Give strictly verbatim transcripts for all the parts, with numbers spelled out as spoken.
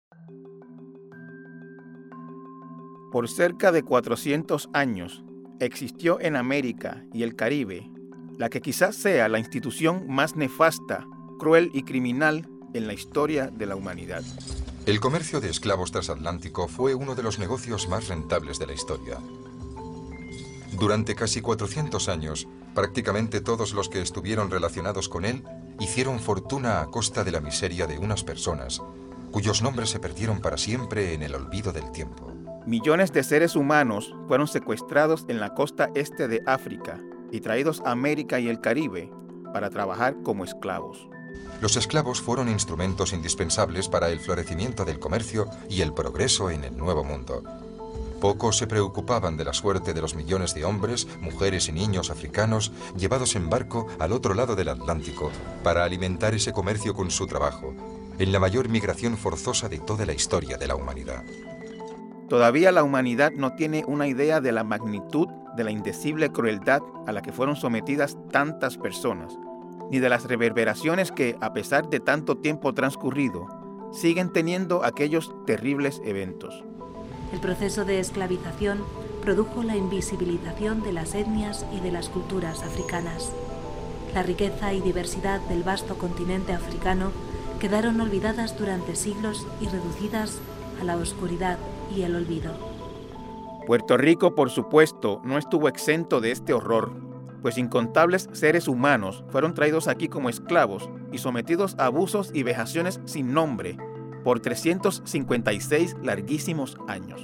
Por cerca de cuatrocientos años existió en América y el Caribe la que quizás sea la institución más nefasta, cruel y criminal en la historia de la humanidad. El comercio de esclavos transatlántico fue uno de los negocios más rentables de la historia. Durante casi cuatrocientos años, prácticamente todos los que estuvieron relacionados con él hicieron fortuna a costa de la miseria de unas personas, cuyos nombres se perdieron para siempre en el olvido del tiempo. Millones de seres humanos fueron secuestrados en la costa este de África y traídos a América y el Caribe para trabajar como esclavos. Los esclavos fueron instrumentos indispensables para el florecimiento del comercio y el progreso en el Nuevo Mundo. Pocos se preocupaban de la suerte de los millones de hombres, mujeres y niños africanos llevados en barco al otro lado del Atlántico para alimentar ese comercio con su trabajo, en la mayor migración forzosa de toda la historia de la humanidad. Todavía la humanidad no tiene una idea de la magnitud de la indecible crueldad a la que fueron sometidas tantas personas, ni de las reverberaciones que, a pesar de tanto tiempo transcurrido, siguen teniendo aquellos terribles eventos. El proceso de esclavización produjo la invisibilización de las etnias y de las culturas africanas. La riqueza y diversidad del vasto continente africano quedaron olvidadas durante siglos y reducidas a la oscuridad y el olvido. Puerto Rico, por supuesto, no estuvo exento de este horror, pues incontables seres humanos fueron traídos aquí como esclavos y sometidos a abusos y vejaciones sin nombre por trescientos cincuenta y seis larguísimos años.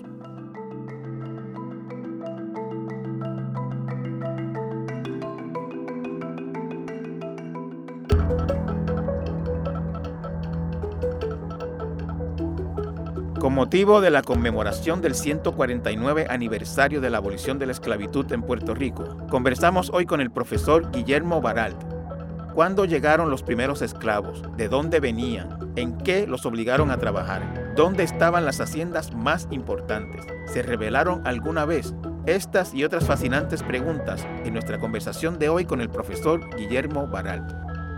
Con motivo de la conmemoración del ciento cuarenta y nueve aniversario de la abolición de la esclavitud en Puerto Rico, conversamos hoy con el profesor Guillermo Baralt. ¿Cuándo llegaron los primeros esclavos? ¿De dónde venían? ¿En qué los obligaron a trabajar? ¿Dónde estaban las haciendas más importantes? ¿Se rebelaron alguna vez? Estas y otras fascinantes preguntas en nuestra conversación de hoy con el profesor Guillermo Baralt.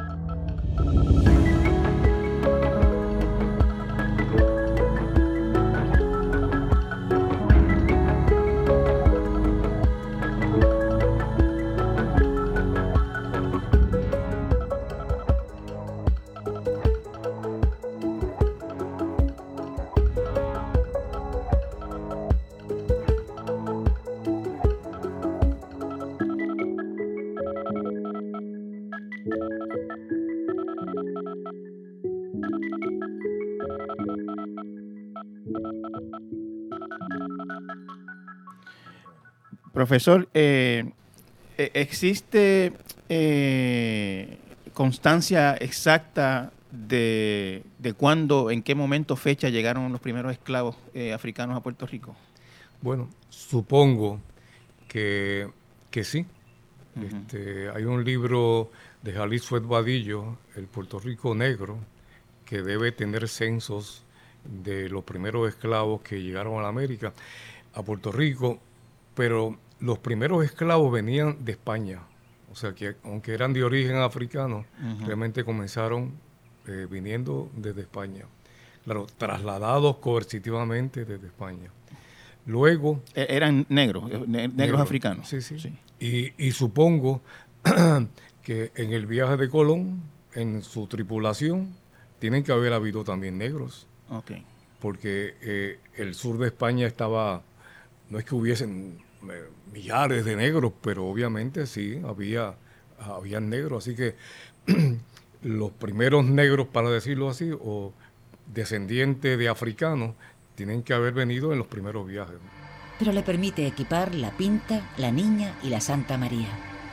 Profesor, eh, ¿existe eh, constancia exacta de, de cuándo, en qué momento, fecha llegaron los primeros esclavos eh, africanos a Puerto Rico? Bueno, supongo que, que sí. Uh-huh. Este, hay un libro de Jalisco Edvadillo, El Puerto Rico Negro, que debe tener censos de los primeros esclavos que llegaron a la América, a Puerto Rico, pero los primeros esclavos venían de España, o sea que aunque eran de origen africano, uh-huh, realmente comenzaron eh, viniendo desde España, claro, trasladados coercitivamente desde España. Luego... Eran negros, ne- negros negro, africanos. Sí, sí. sí. Y, y supongo que en el viaje de Colón, en su tripulación, tienen que haber habido también negros. Okay. Porque eh, el sur de España estaba, no es que hubiesen eh, millares de negros, pero obviamente sí, había, había negros. Así que los primeros negros, para decirlo así, o descendientes de africanos, tienen que haber venido en los primeros viajes. Pero le permite equipar la Pinta, la Niña y la Santa María.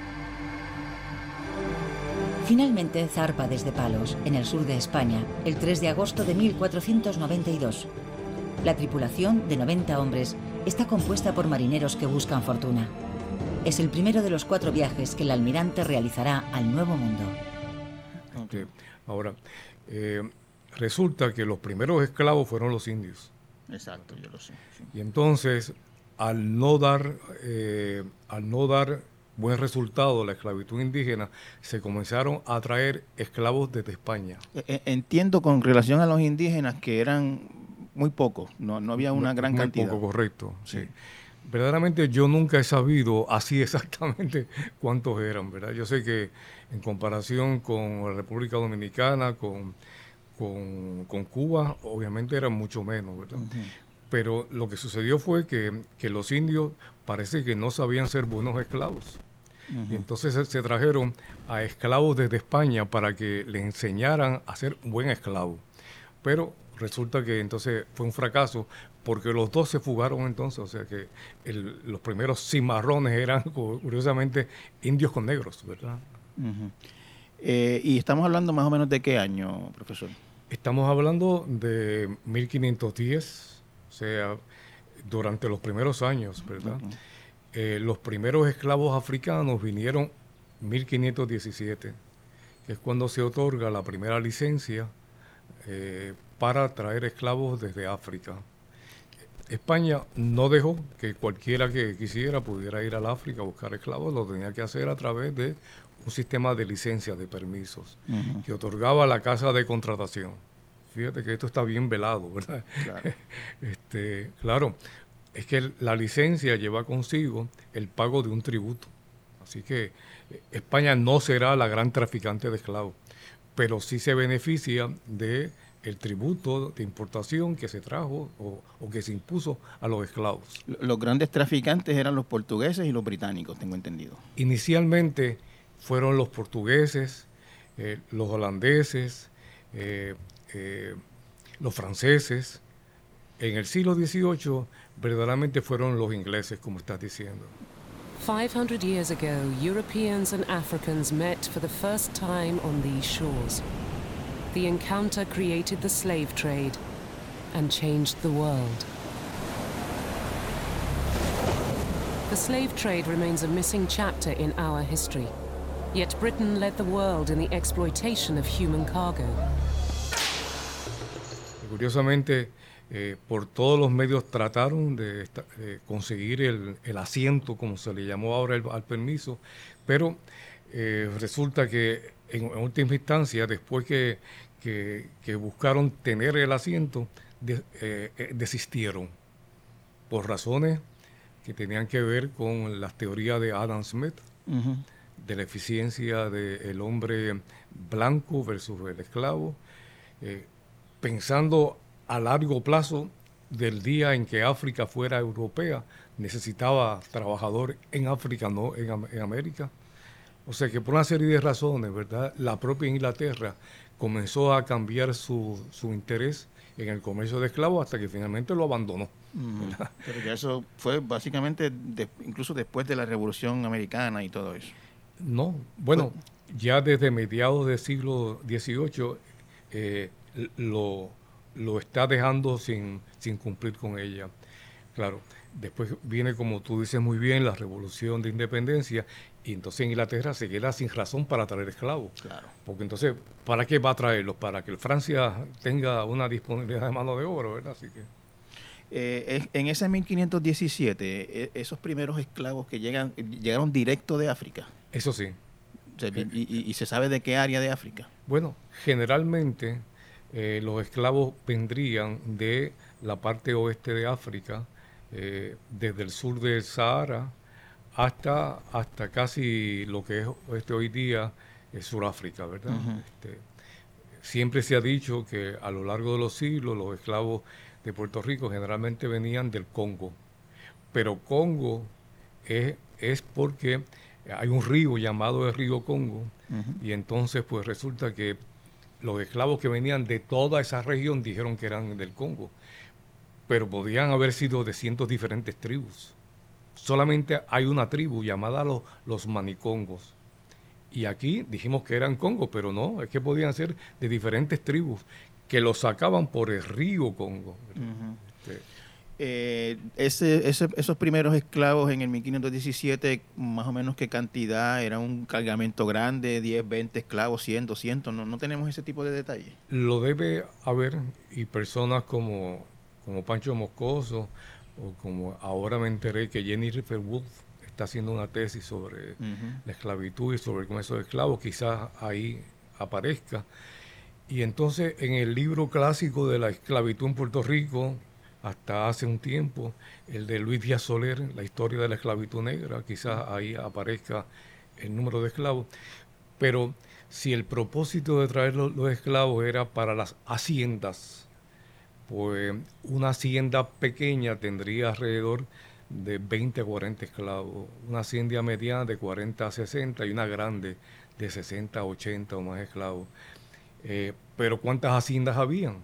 Finalmente zarpa desde Palos, en el sur de España, el tres de agosto de mil cuatrocientos noventa y dos. La tripulación, de noventa hombres, está compuesta por marineros que buscan fortuna. Es el primero de los cuatro viajes que el almirante realizará al Nuevo Mundo. Okay. Ahora, eh, resulta que los primeros esclavos fueron los indios. Exacto, yo lo sé. Sí. Y entonces, al no dar, eh, al no dar buen resultado la esclavitud indígena, se comenzaron a traer esclavos desde España. Entiendo con relación a los indígenas que eran muy poco, no, no había una gran muy cantidad. Muy poco, correcto, sí. sí. Verdaderamente yo nunca he sabido así exactamente cuántos eran, ¿verdad? Yo sé que en comparación con la República Dominicana, con, con, con Cuba, obviamente eran mucho menos, ¿verdad? Uh-huh. Pero lo que sucedió fue que, que los indios parece que no sabían ser buenos esclavos. Uh-huh. Y entonces se, se trajeron a esclavos desde España para que les enseñaran a ser buen esclavo. Pero resulta que entonces fue un fracaso porque los dos se fugaron entonces, o sea que el, los primeros cimarrones eran curiosamente indios con negros, ¿verdad? Uh-huh. eh, y estamos hablando más o menos de qué año, profesor. Estamos hablando de mil quinientos diez, o sea, durante los primeros años, ¿verdad? Uh-huh. eh, los primeros esclavos africanos vinieron mil quinientos diecisiete, que es cuando se otorga la primera licencia eh, para traer esclavos desde África. España no dejó que cualquiera que quisiera pudiera ir al África a buscar esclavos, lo tenía que hacer a través de un sistema de licencias, de permisos, uh-huh. que otorgaba la Casa de Contratación. Fíjate que esto está bien velado, ¿verdad? Claro, este, claro es que la licencia lleva consigo el pago de un tributo. Así que España no será la gran traficante de esclavos, pero sí se beneficia de el tributo de importación que se trajo o, o que se impuso a los esclavos. Los grandes traficantes eran los portugueses y los británicos, tengo entendido. Inicialmente fueron los portugueses, eh, los holandeses, eh, eh, los franceses. En el siglo dieciocho verdaderamente fueron los ingleses, como estás diciendo. five hundred years ago, Europeans and Africans met for the first time on these shores. The encounter created the slave trade and changed the world. The slave trade remains a missing chapter in our history. Yet Britain led the world in the exploitation of human cargo. Curiosamente, eh, por todos los medios trataron de, esta, de conseguir el, el asiento, como se le llamó ahora el, al permiso, pero eh, resulta que en, en última instancia, después que, que, que buscaron tener el asiento, de, eh, desistieron por razones que tenían que ver con las teorías de Adam Smith, uh-huh. de la eficiencia del hombre blanco versus el esclavo, eh, pensando a largo plazo del día en que África fuera europea, necesitaba trabajadores en África, no en, en América. O sea que por una serie de razones, ¿verdad?, la propia Inglaterra comenzó a cambiar su, su interés en el comercio de esclavos hasta que finalmente lo abandonó. Mm, pero ya eso fue básicamente de, incluso después de la Revolución Americana y todo eso. No, bueno, pues, ya desde mediados del siglo dieciocho eh, lo, lo está dejando sin, sin cumplir con ella. Claro, después viene, como tú dices muy bien, la Revolución de Independencia, y entonces Inglaterra se queda sin razón para traer esclavos. Claro. Porque entonces, ¿para qué va a traerlos? Para que Francia tenga una disponibilidad de mano de obra, ¿verdad? Así que... Eh, en ese mil quinientos diecisiete, esos primeros esclavos que llegan llegaron directo de África. Eso sí. O sea, y, y, ¿Y se sabe de qué área de África? Bueno, generalmente eh, los esclavos vendrían de la parte oeste de África, eh, desde el sur del Sahara hasta, hasta casi lo que es este hoy día es Sudáfrica, ¿verdad? Uh-huh. Este, siempre se ha dicho que a lo largo de los siglos los esclavos de Puerto Rico generalmente venían del Congo, pero Congo es, es porque hay un río llamado el río Congo, uh-huh. y entonces pues resulta que los esclavos que venían de toda esa región dijeron que eran del Congo, pero podían haber sido de cientos diferentes tribus. Solamente hay una tribu llamada los, los manicongos, y aquí dijimos que eran Congo, pero no, es que podían ser de diferentes tribus que los sacaban por el río Congo. Uh-huh. Sí. Eh, ese, ese, esos primeros esclavos en el mil quinientos diecisiete, más o menos qué cantidad, era un cargamento grande, diez, veinte esclavos, cien, doscientos, no, no tenemos ese tipo de detalle. Lo debe haber, y personas como, como Pancho Moscoso, o como ahora me enteré que Jennifer Wood está haciendo una tesis sobre uh-huh. la esclavitud y sobre el comercio de esclavos, quizás ahí aparezca. Y entonces en el libro clásico de la esclavitud en Puerto Rico, hasta hace un tiempo, el de Luis Díaz Soler, la historia de la esclavitud negra, quizás ahí aparezca el número de esclavos, pero si el propósito de traer los, los esclavos era para las haciendas, pues una hacienda pequeña tendría alrededor de veinte a cuarenta esclavos, una hacienda mediana de cuarenta a sesenta y una grande de sesenta a ochenta o más esclavos. Eh, pero ¿cuántas haciendas habían?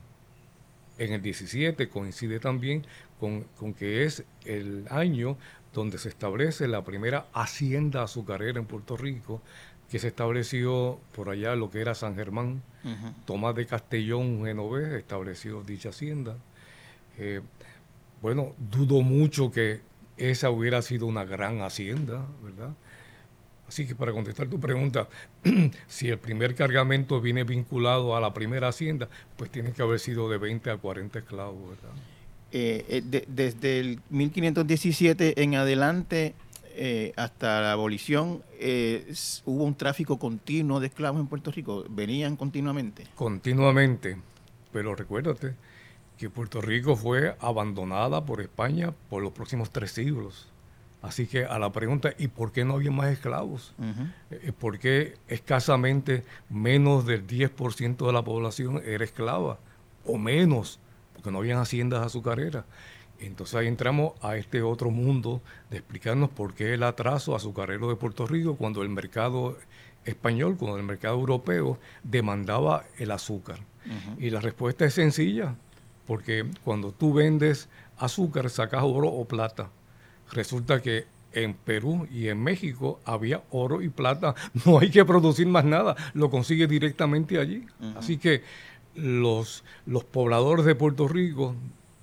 En el diecisiete coincide también con, con que es el año donde se establece la primera hacienda azucarera en Puerto Rico, que se estableció por allá lo que era San Germán. Uh-huh. Tomás de Castellón, genovés, estableció dicha hacienda. Eh, bueno, dudo mucho que esa hubiera sido una gran hacienda, ¿verdad? Así que para contestar tu pregunta, si el primer cargamento viene vinculado a la primera hacienda, pues tiene que haber sido de veinte a cuarenta esclavos, ¿verdad? Eh, de, desde el mil quinientos diecisiete en adelante eh, hasta la abolición, eh, ¿hubo un tráfico continuo de esclavos en Puerto Rico? ¿Venían continuamente? Continuamente, pero recuérdate que Puerto Rico fue abandonada por España por los próximos tres siglos. Así que a la pregunta, ¿y por qué no había más esclavos? Uh-huh. Eh, ¿Por qué escasamente menos del diez por ciento de la población era esclava? O menos, porque no habían haciendas azucareras. Entonces ahí entramos a este otro mundo de explicarnos por qué el atraso azucarero de Puerto Rico cuando el mercado español, cuando el mercado europeo demandaba el azúcar. Uh-huh. Y la respuesta es sencilla, porque cuando tú vendes azúcar sacas oro o plata. Resulta que en Perú y en México había oro y plata, no hay que producir más nada, lo consigue directamente allí. Uh-huh. Así que los, los pobladores de Puerto Rico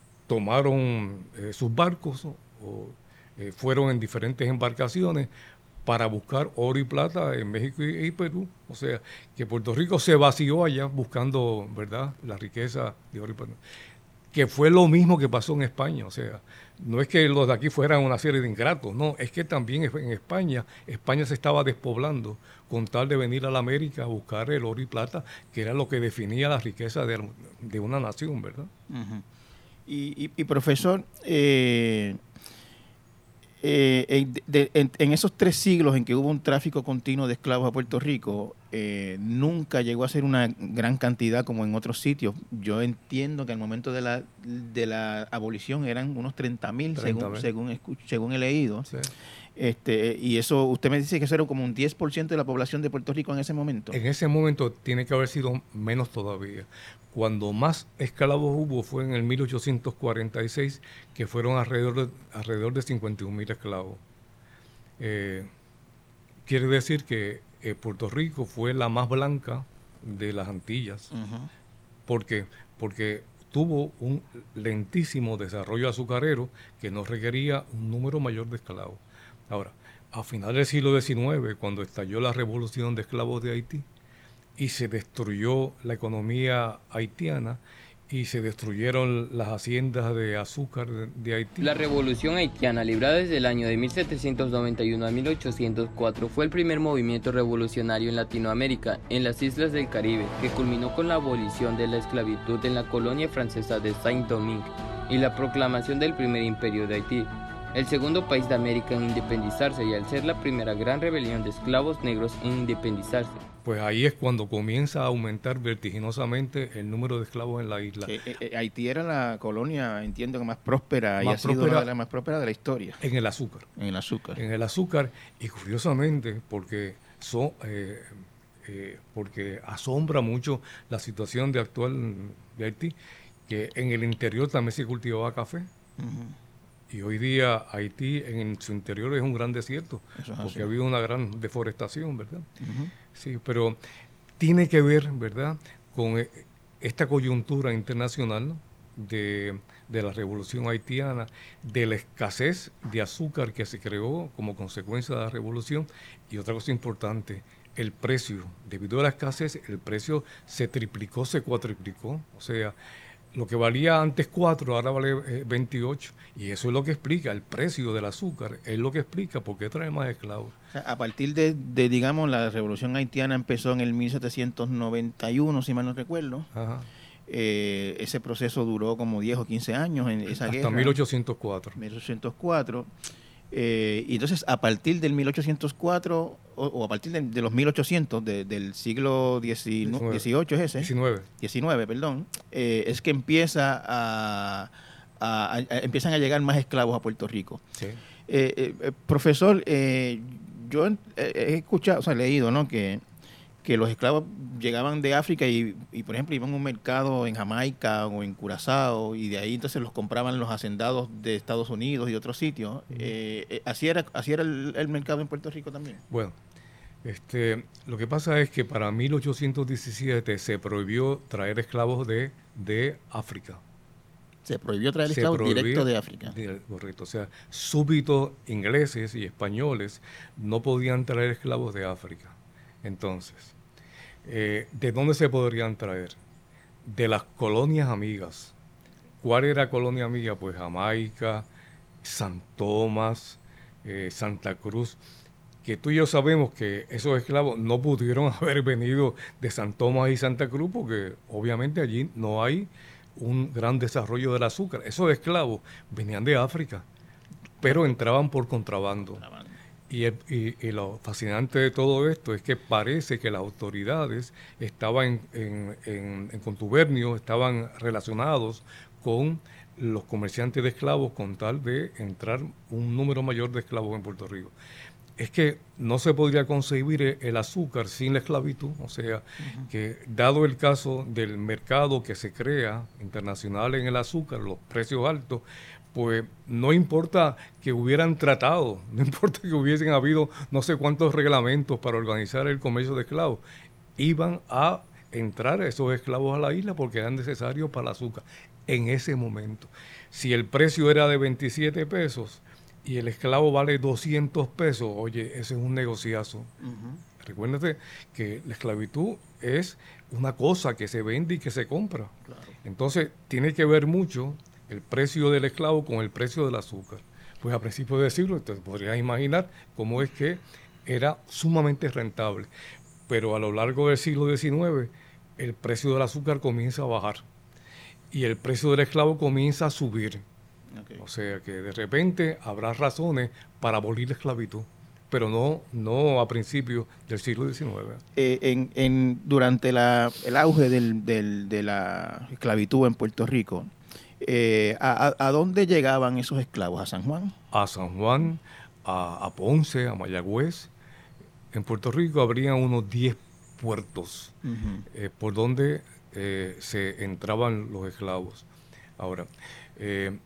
tomaron eh, sus barcos o eh, fueron en diferentes embarcaciones para buscar oro y plata en México y, y Perú. O sea, que Puerto Rico se vació allá buscando, ¿verdad?, la riqueza de oro y plata. Que fue lo mismo que pasó en España, o sea, no es que los de aquí fueran una serie de ingratos, no, es que también en España, España se estaba despoblando con tal de venir a la América a buscar el oro y plata, que era lo que definía la riqueza de, de una nación, ¿verdad? Uh-huh. Y, y, y profesor, eh, eh, de, en, en esos tres siglos en que hubo un tráfico continuo de esclavos a Puerto Rico, eh, nunca llegó a ser una gran cantidad como en otros sitios. Yo entiendo que al momento de la de la abolición eran unos treinta mil, según, según, escucho, según he leído. Sí. Este, y eso, usted me dice que eso era como un diez por ciento de la población de Puerto Rico en ese momento. En ese momento tiene que haber sido menos todavía. Cuando más esclavos hubo fue en el mil ochocientos cuarenta y seis, que fueron alrededor de, alrededor de cincuenta y un mil esclavos. Eh, quiere decir que eh, Puerto Rico fue la más blanca de las Antillas. Uh-huh. ¿Por qué? Porque tuvo un lentísimo desarrollo azucarero que no requería un número mayor de esclavos. Ahora, a finales del siglo diecinueve, cuando estalló la revolución de esclavos de Haití y se destruyó la economía haitiana y se destruyeron las haciendas de azúcar de, de Haití. La revolución haitiana, librada desde el año de mil setecientos noventa y uno a mil ochocientos cuatro, fue el primer movimiento revolucionario en Latinoamérica, en las islas del Caribe, que culminó con la abolición de la esclavitud en la colonia francesa de Saint-Domingue y la proclamación del primer imperio de Haití, el segundo país de América en independizarse y al ser la primera gran rebelión de esclavos negros en independizarse. Pues ahí es cuando comienza a aumentar vertiginosamente el número de esclavos en la isla. Eh, eh, Haití era la colonia, entiendo que más próspera, más y ha próspera, sido una de las más prósperas de la historia. En el azúcar. En el azúcar. En el azúcar, y curiosamente, porque, so, eh, eh, porque asombra mucho la situación de actual de Haití, que en el interior también se cultivaba café. Uh-huh. Y hoy día Haití en su interior es un gran desierto, porque ha habido una gran deforestación, ¿verdad? Uh-huh. Sí, pero tiene que ver, ¿verdad?, con esta coyuntura internacional de, de la revolución haitiana, de la escasez de azúcar que se creó como consecuencia de la revolución, y otra cosa importante, el precio. Debido a la escasez, el precio se triplicó, se cuatriplicó, o sea, lo que valía antes cuatro, ahora vale eh, veintiocho. Y eso es lo que explica, el precio del azúcar, es lo que explica por qué trae más esclavos. O sea, a partir de, de, digamos, la revolución haitiana empezó en el mil setecientos noventa y uno, si mal no recuerdo. Ajá. Eh, ese proceso duró como diez o quince años en esa Hasta guerra. mil ochocientos cuatro. mil ochocientos cuatro. Eh, y entonces, a partir del mil ochocientos cuatro, o, o a partir de, de los mil ochocientos, de, del siglo dieciocho, ¿es ese? diecinueve. diecinueve, perdón, eh, es que empieza a, a, a, a, empiezan a llegar más esclavos a Puerto Rico. Sí. Eh, eh, profesor, eh, yo he, he escuchado, o sea, he leído, ¿no?, que, que los esclavos llegaban de África y, y, por ejemplo, iban a un mercado en Jamaica o en Curazao y de ahí entonces los compraban los hacendados de Estados Unidos y otros sitios. Eh, eh, ¿Así era, así era el, el mercado en Puerto Rico también? Bueno, este, lo que pasa es que para mil ochocientos diecisiete se prohibió traer esclavos de, de África. Se prohibió traer esclavos prohibió, directo de África. Correcto, o sea, súbditos ingleses y españoles no podían traer esclavos de África. Entonces, eh, ¿de dónde se podrían traer? De las colonias amigas. ¿Cuál era colonia amiga? Pues Jamaica, San Tomás, eh, Santa Cruz, que tú y yo sabemos que esos esclavos no pudieron haber venido de San Tomás y Santa Cruz porque obviamente allí no hay un gran desarrollo del azúcar. Esos esclavos venían de África, pero entraban por contrabando. Y, el, y, y lo fascinante de todo esto es que parece que las autoridades estaban en, en, en, en contubernio, estaban relacionados con los comerciantes de esclavos con tal de entrar un número mayor de esclavos en Puerto Rico. Es que no se podría concebir el azúcar sin la esclavitud, o sea, uh-huh. que dado el caso del mercado que se crea internacional en el azúcar, los precios altos, pues no importa que hubieran tratado, no importa que hubiesen habido no sé cuántos reglamentos para organizar el comercio de esclavos, iban a entrar esos esclavos a la isla porque eran necesarios para el azúcar en ese momento. Si el precio era de veintisiete pesos y el esclavo vale doscientos pesos, oye, ese es un negociazo. Uh-huh. Recuérdate que la esclavitud es una cosa que se vende y que se compra. Claro. Entonces, tiene que ver mucho el precio del esclavo con el precio del azúcar. Pues a principios del siglo, te podrías imaginar cómo es que era sumamente rentable. Pero a lo largo del siglo diecinueve, el precio del azúcar comienza a bajar y el precio del esclavo comienza a subir. Okay. O sea que de repente habrá razones para abolir la esclavitud, pero no, no a principios del siglo diecinueve. Eh, en, en, durante la, el auge del, del, de la esclavitud en Puerto Rico, Eh, ¿a, ¿A dónde llegaban esos esclavos? ¿A San Juan? A San Juan, a, a Ponce, a Mayagüez. En Puerto Rico habría unos diez puertos uh-huh. eh, por donde eh, se entraban los esclavos. Ahora, eh,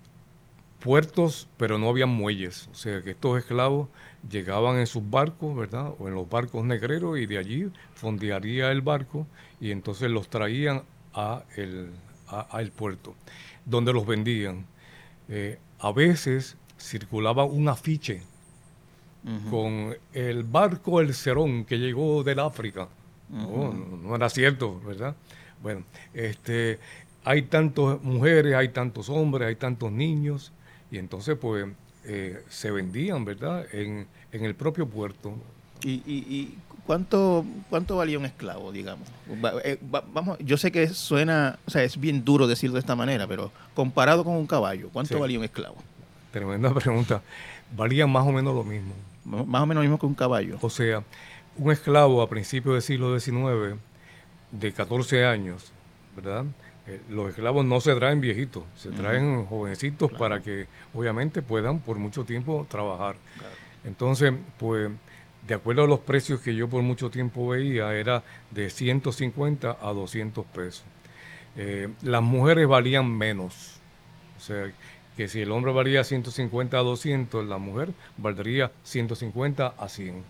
puertos, pero no había muelles. O sea que estos esclavos llegaban en sus barcos, ¿verdad? O en los barcos negreros y de allí fondearía el barco y entonces los traían a el, a, a el puerto, donde los vendían. Eh, a veces circulaba un afiche uh-huh. con el barco El Cerón que llegó del África. Uh-huh. Oh, no, no era cierto, ¿verdad? Bueno, este, hay tantas mujeres, hay tantos hombres, hay tantos niños, y entonces pues eh, se vendían, ¿verdad? En, en el propio puerto. ¿Y, y, y cuánto cuánto valía un esclavo, digamos? Va, eh, va, vamos, yo sé que suena, o sea, es bien duro decirlo de esta manera, pero comparado con un caballo, ¿cuánto sí. valía un esclavo? Tremenda pregunta. Valía más o menos lo mismo. Más o menos lo mismo que un caballo. O sea, un esclavo a principios del siglo diecinueve de catorce años, ¿verdad? Eh, los esclavos no se traen viejitos, se traen uh-huh. jovencitos claro. para que obviamente puedan por mucho tiempo trabajar. Claro. Entonces, pues, de acuerdo a los precios que yo por mucho tiempo veía, era de ciento cincuenta a doscientos pesos. Eh, las mujeres valían menos. O sea, que si el hombre valía ciento cincuenta a doscientos, la mujer valdría ciento cincuenta a cien.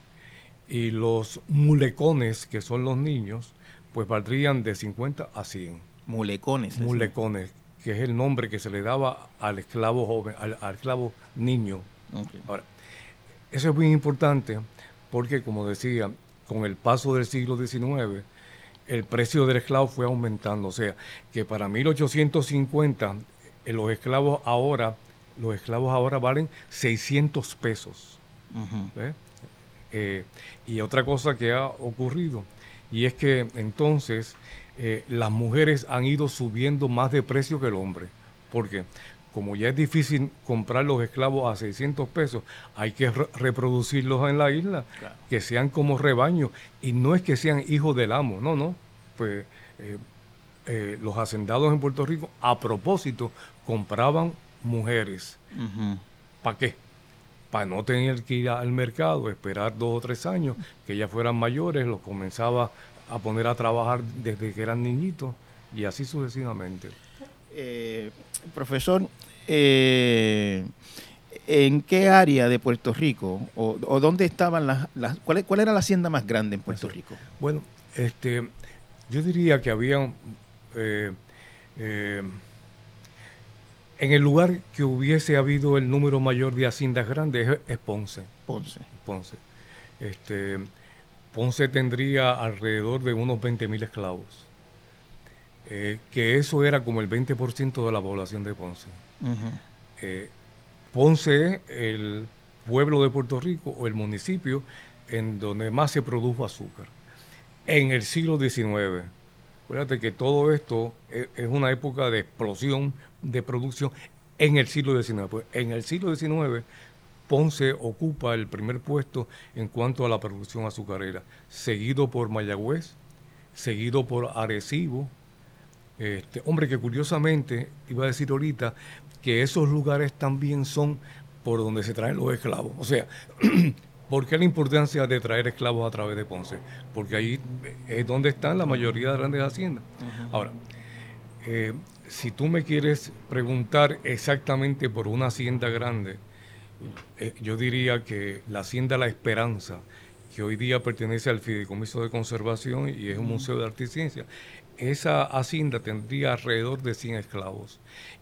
Y los mulecones, que son los niños, pues valdrían de cincuenta a cien. Mulecones. Mulecones, ¿sí? Que es el nombre que se le daba al esclavo joven, al, al esclavo niño. Okay. Ahora, eso es muy importante porque, como decía, con el paso del siglo diecinueve, el precio del esclavo fue aumentando. O sea, que para mil ochocientos cincuenta eh, los esclavos ahora, los esclavos ahora valen seiscientos pesos. Uh-huh. ¿eh? Eh, y otra cosa que ha ocurrido, y es que entonces eh, las mujeres han ido subiendo más de precio que el hombre. ¿Por qué? Como ya es difícil comprar los esclavos a seiscientos pesos, hay que re- reproducirlos en la isla, claro, que sean como rebaño. Y no es que sean hijos del amo, no, no. Pues eh, eh, los hacendados en Puerto Rico, a propósito, compraban mujeres. Uh-huh. ¿Para qué? Para no tener que ir al mercado, esperar dos o tres años, que ya fueran mayores, los comenzaba a poner a trabajar desde que eran niñitos, y así sucesivamente. Eh, profesor, eh, ¿en qué área de Puerto Rico o, o dónde estaban las, las cuál, cuál era la hacienda más grande en Puerto Rico? Bueno, este, yo diría que había eh, eh, en el lugar que hubiese habido el número mayor de haciendas grandes es, es Ponce. Ponce. Ponce. Este, Ponce tendría alrededor de unos veinte mil esclavos. Eh, que eso era como el veinte por ciento de la población de Ponce. Uh-huh. Eh, Ponce es el pueblo de Puerto Rico o el municipio en donde más se produjo azúcar. En el siglo diecinueve, acuérdate que todo esto es, es una época de explosión de producción en el siglo diecinueve. Pues en el siglo diecinueve, Ponce ocupa el primer puesto en cuanto a la producción azucarera, seguido por Mayagüez, seguido por Arecibo. Este, hombre, que curiosamente, iba a decir ahorita, que esos lugares también son por donde se traen los esclavos. O sea, ¿por qué la importancia de traer esclavos a través de Ponce? Porque ahí es donde están la mayoría de las grandes haciendas. Uh-huh. Ahora, eh, si tú me quieres preguntar exactamente por una hacienda grande, eh, yo diría que la hacienda La Esperanza, que hoy día pertenece al Fideicomiso de Conservación y es un museo de arte y ciencia, esa hacienda tendría alrededor de cien esclavos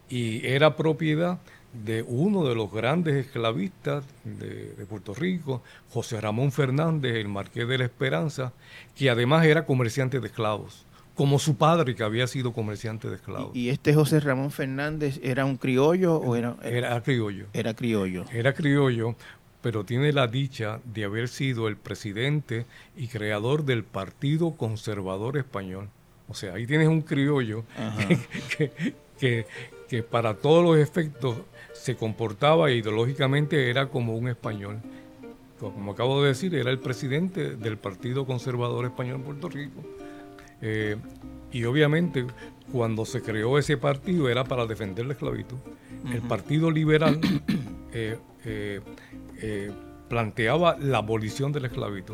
y era propiedad de uno de los grandes esclavistas de, de Puerto Rico, José Ramón Fernández, el Marqués de la Esperanza, que además era comerciante de esclavos, como su padre, que había sido comerciante de esclavos. ¿Y este José Ramón Fernández era un criollo o era...? Era, era criollo. Era criollo. Era criollo, pero tiene la dicha de haber sido el presidente y creador del Partido Conservador Español. O sea, ahí tienes un criollo que, que, que, que para todos los efectos se comportaba ideológicamente, era como un español. Como acabo de decir, era el presidente del Partido Conservador Español en Puerto Rico. Eh, y obviamente, cuando se creó ese partido, era para defender la esclavitud. Uh-huh. El Partido Liberal eh, eh, eh, planteaba la abolición de la esclavitud.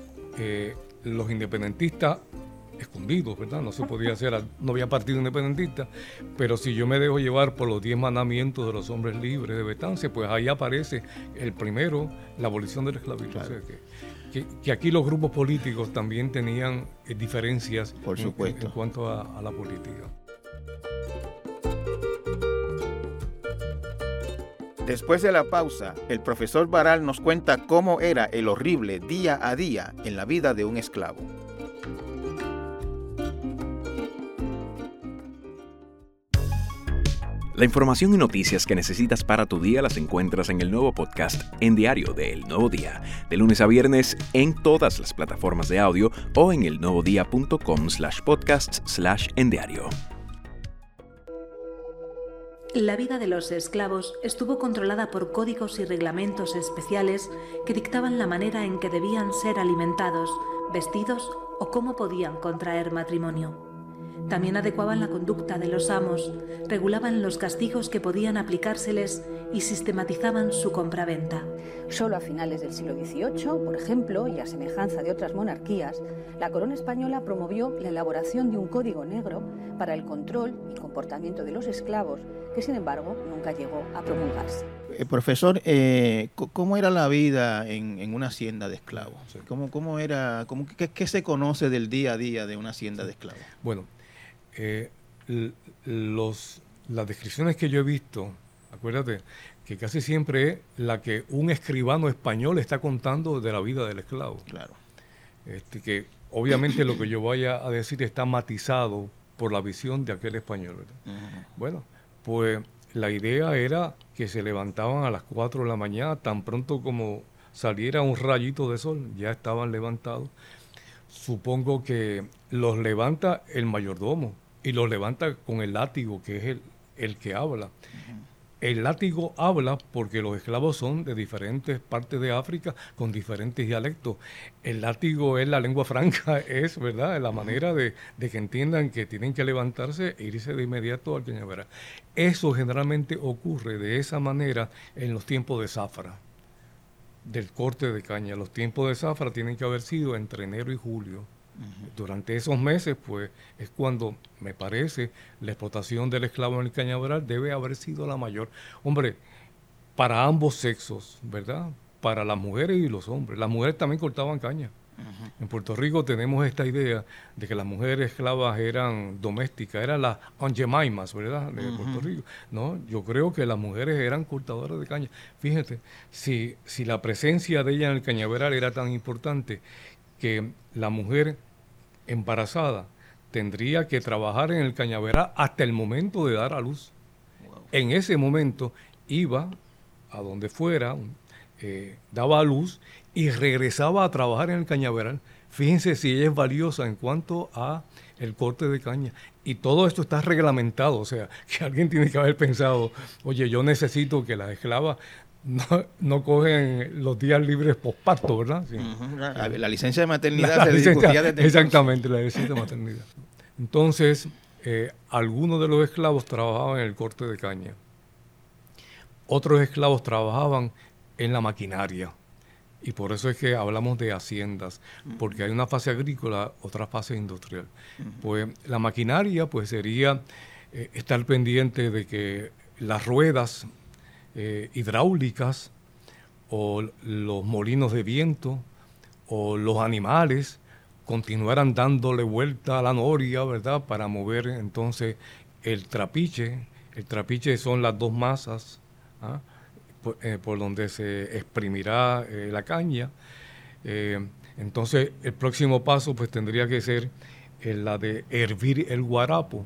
Eh, los independentistas escondidos, ¿verdad? No se podía hacer, no había partido independentista, pero si yo me dejo llevar por los diez mandamientos de los hombres libres de Betancia, pues ahí aparece el primero, la abolición de la esclavitud. Claro. O sea, que, que, que aquí los grupos políticos también tenían eh, diferencias, por supuesto, en, en cuanto a, a la política. Después de la pausa, el profesor Baral nos cuenta cómo era el horrible día a día en la vida de un esclavo. La información y noticias que necesitas para tu día las encuentras en el nuevo podcast En Diario de El Nuevo Día, de lunes a viernes en todas las plataformas de audio o en elnuevodia.com slash podcasts slash en diario. La vida de los esclavos estuvo controlada por códigos y reglamentos especiales que dictaban la manera en que debían ser alimentados, vestidos o cómo podían contraer matrimonio. También adecuaban la conducta de los amos, regulaban los castigos que podían aplicárseles y sistematizaban su compraventa. Solo a finales del siglo dieciocho, por ejemplo, y a semejanza de otras monarquías, la corona española promovió la elaboración de un código negro para el control y comportamiento de los esclavos, que sin embargo nunca llegó a promulgarse. Eh, profesor, eh, ¿cómo era la vida en, en una hacienda de esclavos? ¿Cómo, cómo era, cómo, qué, qué se conoce del día a día de una hacienda de esclavos? Bueno, Eh, los, las descripciones que yo he visto, acuérdate que casi siempre es la que un escribano español está contando de la vida del esclavo. Claro. Este, que obviamente lo que yo vaya a decir está matizado por la visión de aquel español, ¿verdad? Uh-huh. Bueno, pues la idea era que se levantaban a las cuatro de la mañana, tan pronto como saliera un rayito de sol, ya estaban levantados. Supongo que los levanta el mayordomo y los levanta con el látigo, que es el, el que habla. Uh-huh. El látigo habla porque los esclavos son de diferentes partes de África con diferentes dialectos. El látigo es la lengua franca, es verdad, la manera de, de que entiendan que tienen que levantarse e irse de inmediato al cañaveral. Eso generalmente ocurre de esa manera en los tiempos de zafra, del corte de caña. Los tiempos de zafra tienen que haber sido entre enero y julio. Uh-huh. Durante esos meses, pues, es cuando, me parece, la explotación del esclavo en el cañaveral debe haber sido la mayor. Hombre, para ambos sexos, ¿verdad? Para las mujeres y los hombres. Las mujeres también cortaban caña. Uh-huh. En Puerto Rico tenemos esta idea de que las mujeres esclavas eran domésticas, eran las angemaimas, ¿verdad? De uh-huh. Puerto Rico. No, yo creo que las mujeres eran cortadoras de caña. Fíjate, si, si la presencia de ellas en el cañaveral era tan importante que la mujer embarazada tendría que trabajar en el cañaveral hasta el momento de dar a luz. Wow. En ese momento iba a donde fuera, eh, daba a luz y regresaba a trabajar en el cañaveral. Fíjense si ella es valiosa en cuanto a el corte de caña. Y todo esto está reglamentado, o sea, que alguien tiene que haber pensado, oye, yo necesito que las esclavas No, no cogen los días libres posparto, ¿verdad? Sí. Uh-huh. La, la licencia de maternidad la, se la licencia, discutía desde exactamente, entonces. La licencia de maternidad. Entonces, eh, algunos de los esclavos trabajaban en el corte de caña. Otros esclavos trabajaban en la maquinaria. Y por eso es que hablamos de haciendas, uh-huh. porque hay una fase agrícola, otra fase industrial. Uh-huh. Pues la maquinaria pues sería eh, estar pendiente de que las ruedas Eh, hidráulicas o los molinos de viento o los animales continuaran dándole vuelta a la noria, ¿verdad? Para mover entonces el trapiche. El trapiche son las dos masas ¿ah? por, eh, por donde se exprimirá eh, la caña. Eh, entonces el próximo paso pues tendría que ser eh, la de hervir el guarapo.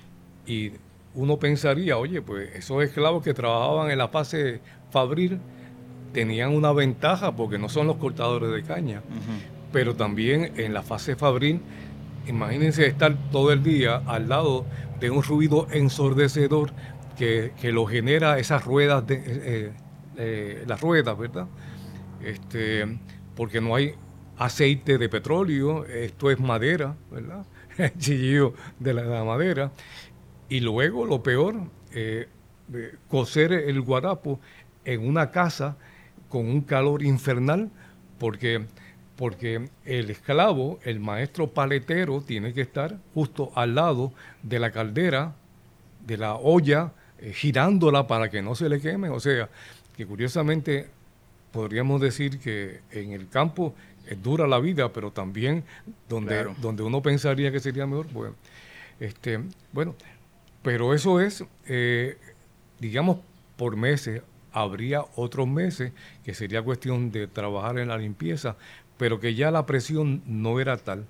Y uno pensaría, oye, pues esos esclavos que trabajaban en la fase fabril tenían una ventaja porque no son los cortadores de caña, uh-huh. pero también en la fase fabril, imagínense estar todo el día al lado de un ruido ensordecedor que, que lo genera esas ruedas, de, eh, eh, las ruedas, ¿verdad? Este, porque no hay aceite de petróleo, esto es madera, ¿verdad? El chillido de la, de la madera. Y luego, lo peor, eh, eh, cocer el guarapo en una casa con un calor infernal, porque, porque el esclavo, el maestro paletero, tiene que estar justo al lado de la caldera, de la olla, eh, girándola para que no se le queme. O sea, que curiosamente podríamos decir que en el campo es dura la vida, pero también donde, claro. donde uno pensaría que sería mejor, bueno, este, bueno, pero eso es, eh, digamos, por meses. Habría otros meses que sería cuestión de trabajar en la limpieza, pero que ya la presión no era tal.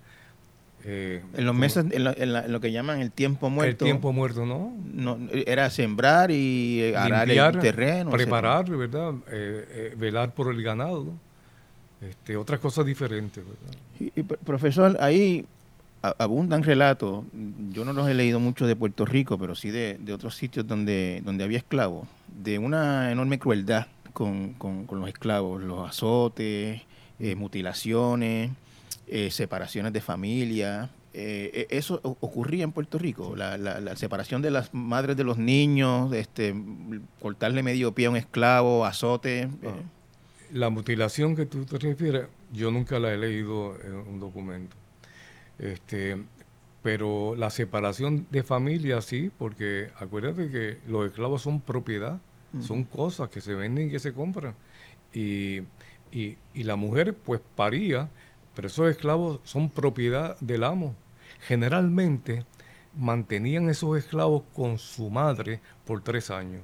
Eh, en los meses, en lo, en, la, en lo que llaman el tiempo muerto. El tiempo muerto, ¿no? no era sembrar y arar limpiar, el terreno. Preparar, etcétera. ¿Verdad? Eh, eh, velar por el ganado. Este, otras cosas diferentes, ¿verdad? Y, y, profesor, ahí abundan relatos, yo no los he leído mucho de Puerto Rico, pero sí de, de otros sitios donde, donde había esclavos, de una enorme crueldad con, con, con los esclavos, los azotes, eh, mutilaciones, eh, separaciones de familia. Eh, ¿Eso ocurría en Puerto Rico? La, la, la separación de las madres de los niños, este, cortarle medio pie a un esclavo, azote. Eh. La mutilación que tú te refieres, yo nunca la he leído en un documento. Este, pero la separación de familia sí, porque acuérdate que los esclavos son propiedad, uh-huh. son cosas que se venden y que se compran. Y, y, y la mujer pues paría, pero esos esclavos son propiedad del amo. Generalmente mantenían esos esclavos con su madre por tres años.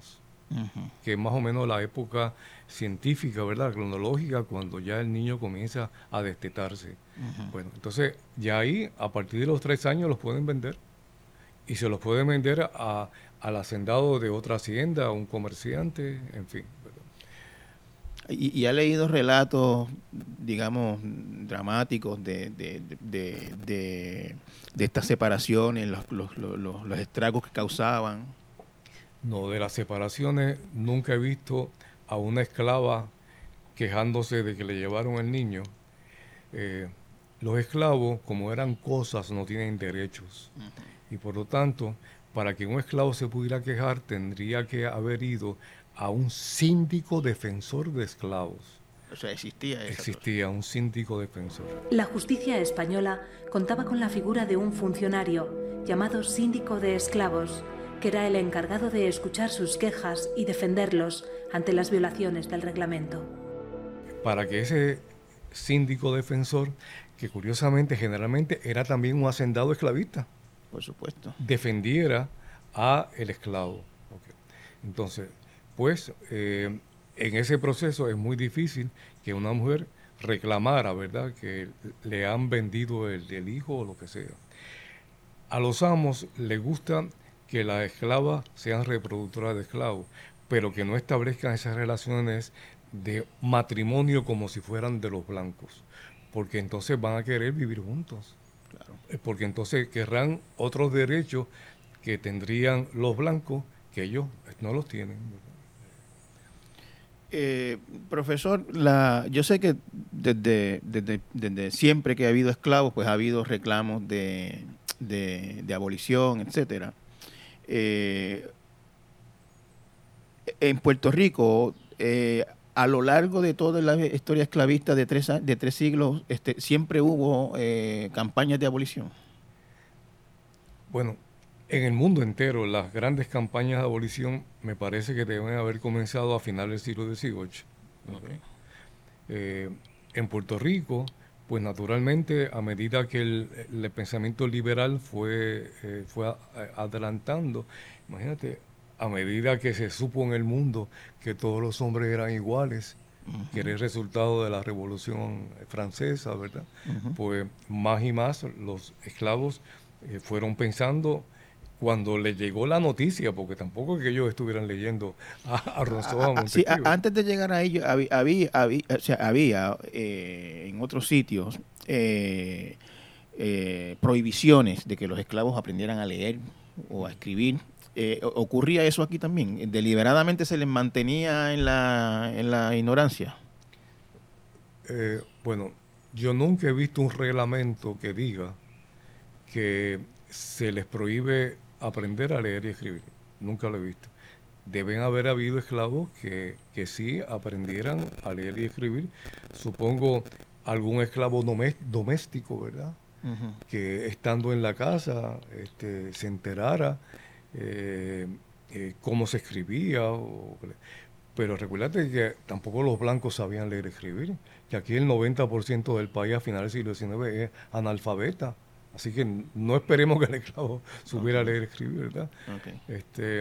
uh-huh. que es más o menos la época científica, ¿verdad? Cronológica, cuando ya el niño comienza a destetarse. Uh-huh. Bueno, entonces ya ahí, a partir de los tres años, los pueden vender. Y se los pueden vender a, al hacendado de otra hacienda, a un comerciante, en fin. ¿Y, y ha leído relatos, digamos, dramáticos de, de, de, de, de estas separaciones, los, los, los, los estragos que causaban? No, de las separaciones nunca he visto a una esclava quejándose de que le llevaron el niño. Eh, los esclavos, como eran cosas, no tienen derechos. Uh-huh. Y por lo tanto, para que un esclavo se pudiera quejar, tendría que haber ido a un síndico defensor de esclavos. O sea, existía eso. Existía un síndico defensor. La justicia española contaba con la figura de un funcionario llamado síndico de esclavos, que era el encargado de escuchar sus quejas y defenderlos ante las violaciones del reglamento. Para que ese síndico defensor, que curiosamente generalmente era también un hacendado esclavista, por supuesto, defendiera a el esclavo. Okay. Entonces, pues eh, en ese proceso es muy difícil que una mujer reclamara, ¿verdad?, que le han vendido el, el hijo o lo que sea. A los amos les gusta que las esclavas sean reproductoras de esclavos, pero que no establezcan esas relaciones de matrimonio como si fueran de los blancos, porque entonces van a querer vivir juntos. Claro. Porque entonces querrán otros derechos que tendrían los blancos que ellos no los tienen. Eh, profesor, la, yo sé que desde, desde, desde siempre que ha habido esclavos, pues ha habido reclamos de, de, de abolición, etcétera. Eh, en Puerto Rico, eh, a lo largo de toda la historia esclavista de tres, de tres siglos, este, siempre hubo eh, campañas de abolición. Bueno, en el mundo entero, las grandes campañas de abolición me parece que deben haber comenzado a finales del siglo dieciocho. Okay. Eh, en Puerto Rico, pues naturalmente, a medida que el, el pensamiento liberal fue, eh, fue a, a, adelantando, imagínate, a medida que se supo en el mundo que todos los hombres eran iguales, uh-huh. que era el resultado de la Revolución Francesa, ¿verdad? Uh-huh. Pues más y más los esclavos eh, fueron pensando. Cuando les llegó la noticia, porque tampoco es que ellos estuvieran leyendo a, a Rousseau, a Montesquieu. Sí, a, antes de llegar a ellos, había, había, había, o sea, había eh, en otros sitios eh, eh, prohibiciones de que los esclavos aprendieran a leer o a escribir. Eh, ¿Ocurría eso aquí también? ¿Deliberadamente se les mantenía en la, en la ignorancia? Eh, bueno, yo nunca he visto un reglamento que diga que se les prohíbe aprender a leer y escribir. Nunca lo he visto. Deben haber habido esclavos que, que sí aprendieran a leer y escribir. Supongo algún esclavo doméstico, ¿verdad? Uh-huh. Que estando en la casa este, se enterara eh, eh, cómo se escribía. O, pero recuérdate que tampoco los blancos sabían leer y escribir. Que aquí el noventa por ciento del país a finales del siglo diecinueve es analfabeta. Así que no esperemos que el esclavo supiera okay. leer y escribir, ¿verdad? Okay. Este,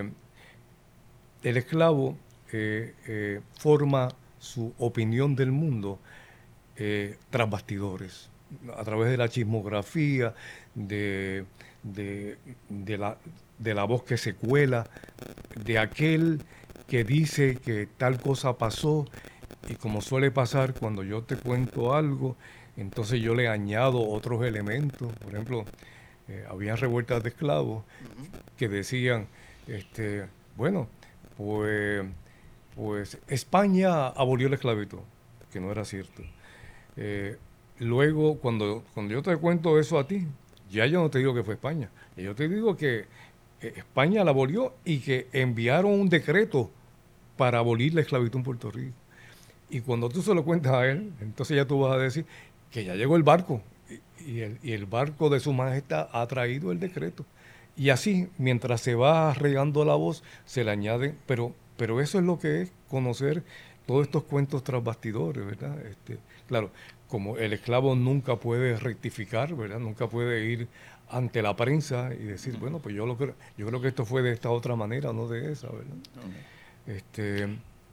el esclavo eh, eh, forma su opinión del mundo eh, tras bastidores, a través de la chismografía, de, de, de, la, de la voz que se cuela, de aquel que dice que tal cosa pasó, y como suele pasar cuando yo te cuento algo, entonces yo le añado otros elementos. Por ejemplo, eh, había revueltas de esclavos que decían, este, bueno, pues, pues España abolió la esclavitud, que no era cierto. Eh, luego, cuando, cuando yo te cuento eso a ti, ya yo no te digo que fue España, yo te digo que eh, España la abolió y que enviaron un decreto para abolir la esclavitud en Puerto Rico. Y cuando tú se lo cuentas a él, entonces ya tú vas a decir que ya llegó el barco y, y, el, y el barco de su majestad ha traído el decreto. Y así, mientras se va regando la voz, se le añaden, pero, pero eso es lo que es conocer todos estos cuentos tras bastidores, ¿verdad? Este, claro, como el esclavo nunca puede rectificar, ¿verdad? Nunca puede ir ante la prensa y decir, bueno, pues yo, lo creo, yo creo que esto fue de esta otra manera, no de esa, ¿verdad? Okay. Este,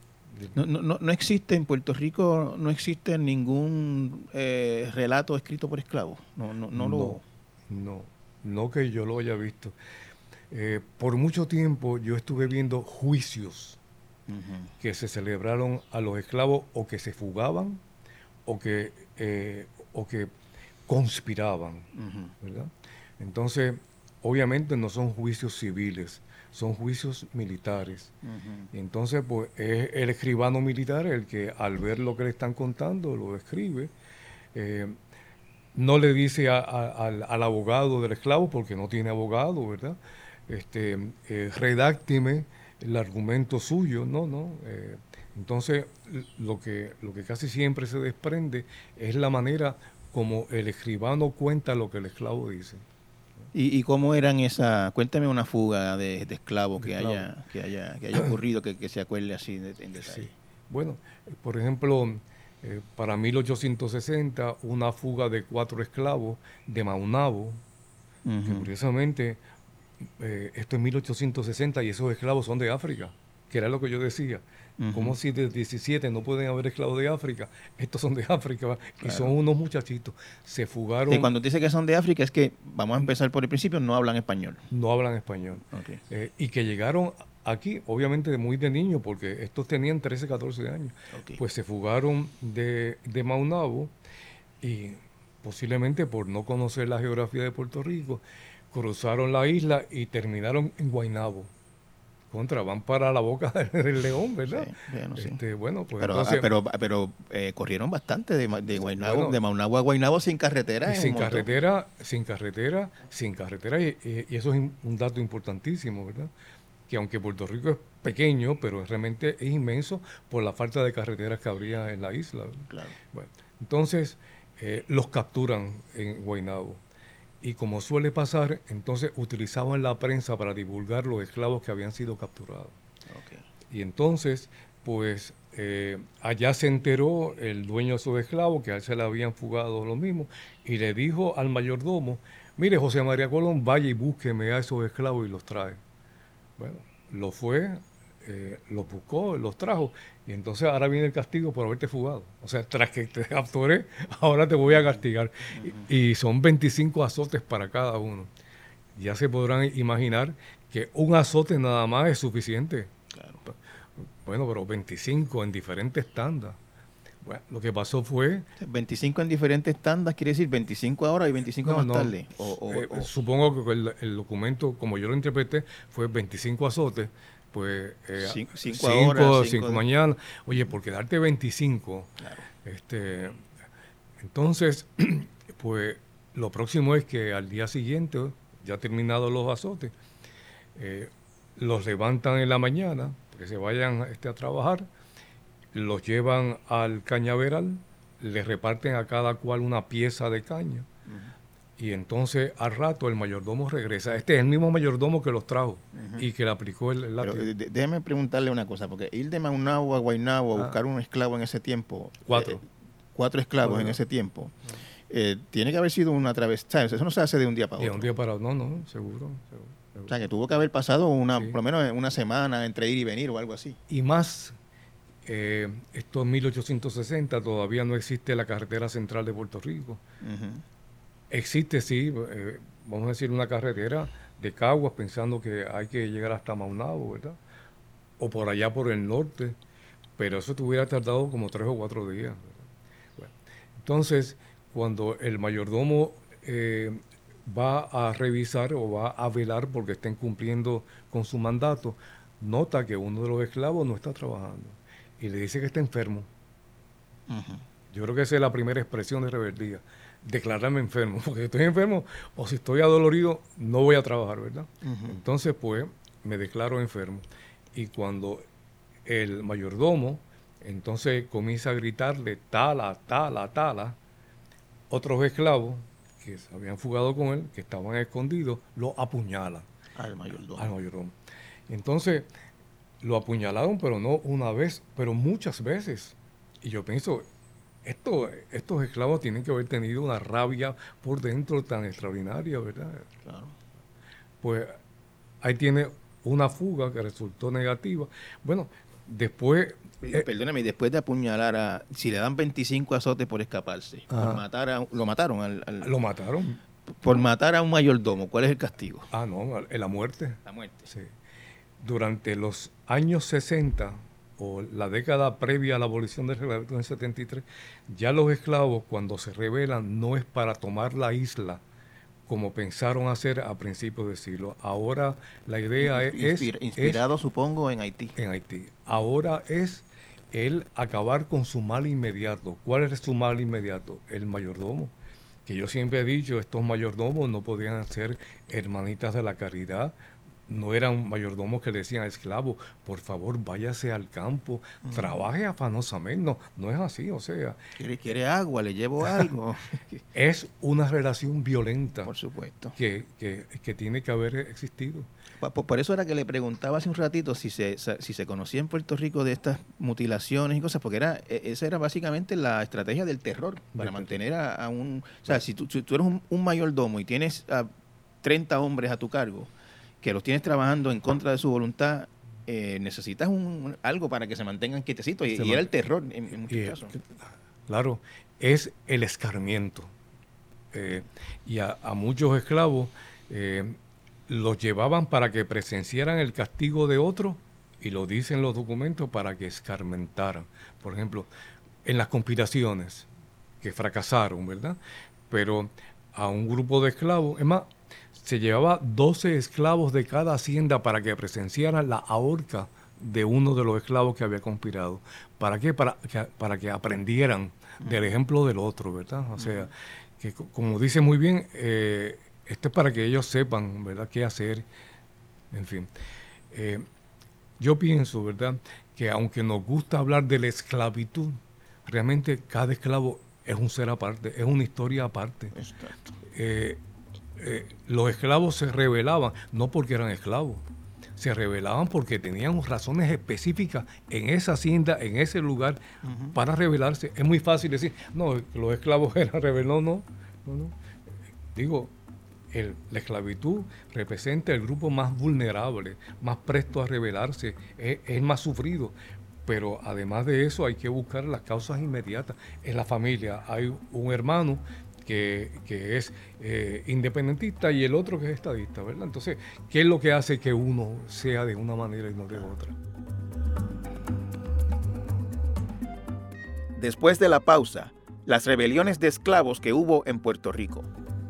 no, no, no existe en Puerto Rico, no existe ningún eh, relato escrito por esclavos. No, no, no, no, lo... no, no que yo lo haya visto. Eh, por mucho tiempo yo estuve viendo juicios uh-huh. que se celebraron a los esclavos o que se fugaban o que, eh, o que conspiraban, uh-huh. ¿verdad? Entonces, obviamente no son juicios civiles, son juicios militares. Uh-huh. Y entonces, pues, es el escribano militar el que al ver lo que le están contando, lo escribe. Eh, no le dice a, a, al, al abogado del esclavo, porque no tiene abogado, ¿verdad? Este, eh, redácteme el argumento suyo, no, no. Eh, entonces, lo que, lo que casi siempre se desprende es la manera como el escribano cuenta lo que el esclavo dice. ¿Y, y cómo eran esa? Cuéntame una fuga de, de esclavos que, esclavo. haya, que, haya, que haya ocurrido, que, que se acuerde así de, en detalle. Sí. Bueno, por ejemplo, eh, para mil ochocientos sesenta, una fuga de cuatro esclavos de Maunabo, uh-huh. que curiosamente, eh, esto es mil ochocientos sesenta y esos esclavos son de África, que era lo que yo decía. Uh-huh. Como si de diecisiete no pueden haber esclavos de África, estos son de África, ¿va? Claro. Y son unos muchachitos, se fugaron. Y cuando dice que son de África es que, vamos a empezar por el principio, no hablan español. No hablan español. Okay. Eh, y que llegaron aquí, obviamente muy de niños, porque estos tenían trece, catorce años, okay. Pues se fugaron de, de Maunabo y posiblemente por no conocer la geografía de Puerto Rico, cruzaron la isla y terminaron en Guaynabo. Contra, van para la boca del león, ¿verdad? Sí, bueno, sí. Este, bueno, pues pero entonces, pero, pero eh, corrieron bastante de, de Guaynabo, bueno, de Maunabo a Guaynabo sin carretera. Sin carretera, sin carretera, sin carretera, y, y, y eso es un dato importantísimo, ¿verdad? Que aunque Puerto Rico es pequeño, pero realmente es inmenso por la falta de carreteras que habría en la isla. Claro. Bueno, entonces, eh, los capturan en Guaynabo. Y como suele pasar, entonces utilizaban la prensa para divulgar los esclavos que habían sido capturados. Okay. Y entonces, pues, eh, allá se enteró el dueño de esos esclavos, que a él se le habían fugado lo mismo, y le dijo al mayordomo, mire, José María Colón, vaya y búsqueme a esos esclavos y los trae. Bueno, lo fue, eh, los buscó, los trajo, y entonces ahora viene el castigo por haberte fugado. O sea, tras que te capturé, ahora te voy a castigar. Uh-huh. Y, y son veinticinco azotes para cada uno. Ya se podrán imaginar que un azote nada más es suficiente. Claro. Bueno, pero veinticinco en diferentes tandas. Bueno, lo que pasó fue... veinticinco en diferentes tandas quiere decir veinticinco ahora y veinticinco no, más no. tarde. O, o, eh, o... Supongo que el, el documento, como yo lo interpreté, fue veinticinco azotes. Pues eh, cinco, cinco, cinco, ahora, cinco, cinco de... mañana. Oye, por quedarte veinticinco. Claro. Este, entonces, pues lo próximo es que al día siguiente, ya terminados los azotes, eh, los levantan en la mañana, que se vayan este, a trabajar, los llevan al cañaveral, les reparten a cada cual una pieza de caña. Uh-huh. Y entonces al rato el mayordomo regresa. Este es el mismo mayordomo que los trajo uh-huh. y que le aplicó el, el látigo. Pero, de, déjeme preguntarle una cosa, porque ir de Maunabo a Guaynabo a ah. buscar un esclavo en ese tiempo, cuatro, eh, cuatro esclavos uh-huh. en ese tiempo, uh-huh. eh, tiene que haber sido una travesía. Eso no se hace de un día para otro. De un día para otro, no, no, seguro, seguro, seguro. O sea, que tuvo que haber pasado una, sí. por lo menos una semana entre ir y venir o algo así. Y más, eh, esto en mil ochocientos sesenta todavía no existe la carretera central de Puerto Rico. Uh-huh. Existe, sí, eh, vamos a decir, una carretera de Caguas, pensando que hay que llegar hasta Maunabo, ¿verdad? O por allá por el norte, pero eso te hubiera tardado como tres o cuatro días. Bueno, entonces, cuando el mayordomo eh, va a revisar o va a velar porque estén cumpliendo con su mandato, nota que uno de los esclavos no está trabajando y le dice que está enfermo. Uh-huh. Yo creo que esa es la primera expresión de rebeldía. Declararme enfermo, porque si estoy enfermo o si estoy adolorido, no voy a trabajar, ¿verdad? Uh-huh. Entonces, pues, me declaro enfermo. Y cuando el mayordomo, entonces comienza a gritarle, tala, tala, tala, otros esclavos que se habían fugado con él, que estaban escondidos, lo apuñalan. Al mayordomo. Al mayordomo. Entonces, lo apuñalaron, pero no una vez, pero muchas veces. Y yo pienso... Esto, estos esclavos tienen que haber tenido una rabia por dentro tan extraordinaria, ¿verdad? Claro. Pues ahí tiene una fuga que resultó negativa. Bueno, después... Eh, Perdóname, después de apuñalar a... Si le dan veinticinco azotes por escaparse, por matar a, lo mataron al, al... Lo mataron. Por matar a un mayordomo, ¿cuál es el castigo? Ah, no, la muerte. La muerte. Sí. Durante los años sesenta, o la década previa a la abolición de la esclavitud en setenta y tres, ya los esclavos, cuando se rebelan, no es para tomar la isla, como pensaron hacer a principios del siglo. Ahora la idea Inspira, es... Inspirado, es, supongo, en Haití. En Haití. Ahora es el acabar con su mal inmediato. ¿Cuál es su mal inmediato? El mayordomo. Que yo siempre he dicho, estos mayordomos no podían ser hermanitas de la caridad, no eran mayordomos que le decían a esclavos, por favor, váyase al campo, uh-huh. trabaje afanosamente. No, no es así, o sea... ¿Quiere, quiere agua? ¿Le llevo algo? Es una relación violenta. Por supuesto. Que, que, que tiene que haber existido. Por, por eso era que le preguntaba hace un ratito si se, si se conocía en Puerto Rico de estas mutilaciones y cosas, porque era esa era básicamente la estrategia del terror, para del mantener a, a un... O sea, si tú, si tú eres un, un mayordomo y tienes a treinta hombres a tu cargo, que los tienes trabajando en contra de su voluntad, eh, necesitas un, algo para que se mantengan quietecitos. Y, y era el terror en, en muchos y, casos. Claro, es el escarmiento. Eh, y a, a muchos esclavos eh, los llevaban para que presenciaran el castigo de otro, y lo dicen los documentos, para que escarmentaran. Por ejemplo, en las conspiraciones, que fracasaron, ¿verdad? Pero a un grupo de esclavos, es más, se llevaba doce esclavos de cada hacienda para que presenciaran la ahorca de uno de los esclavos que había conspirado. ¿Para qué? Para que, para que aprendieran del ejemplo del otro, ¿verdad? O sea, que como dice muy bien, eh, esto es para que ellos sepan, ¿verdad?, qué hacer. En fin. Eh, yo pienso, ¿verdad?, que aunque nos gusta hablar de la esclavitud, realmente cada esclavo es un ser aparte, es una historia aparte. Eh, Eh, los esclavos se rebelaban, no porque eran esclavos, se rebelaban porque tenían razones específicas en esa hacienda, en ese lugar, uh-huh. para rebelarse. Es muy fácil decir, no, los esclavos eran rebeldes. No, no, no, no. Digo, el, la esclavitud representa el grupo más vulnerable, más presto a rebelarse, es, es más sufrido. Pero además de eso hay que buscar las causas inmediatas. En la familia hay un hermano Que, que es eh, independentista y el otro que es estadista, ¿verdad? Entonces, ¿qué es lo que hace que uno sea de una manera y no de otra? Después de la pausa, las rebeliones de esclavos que hubo en Puerto Rico.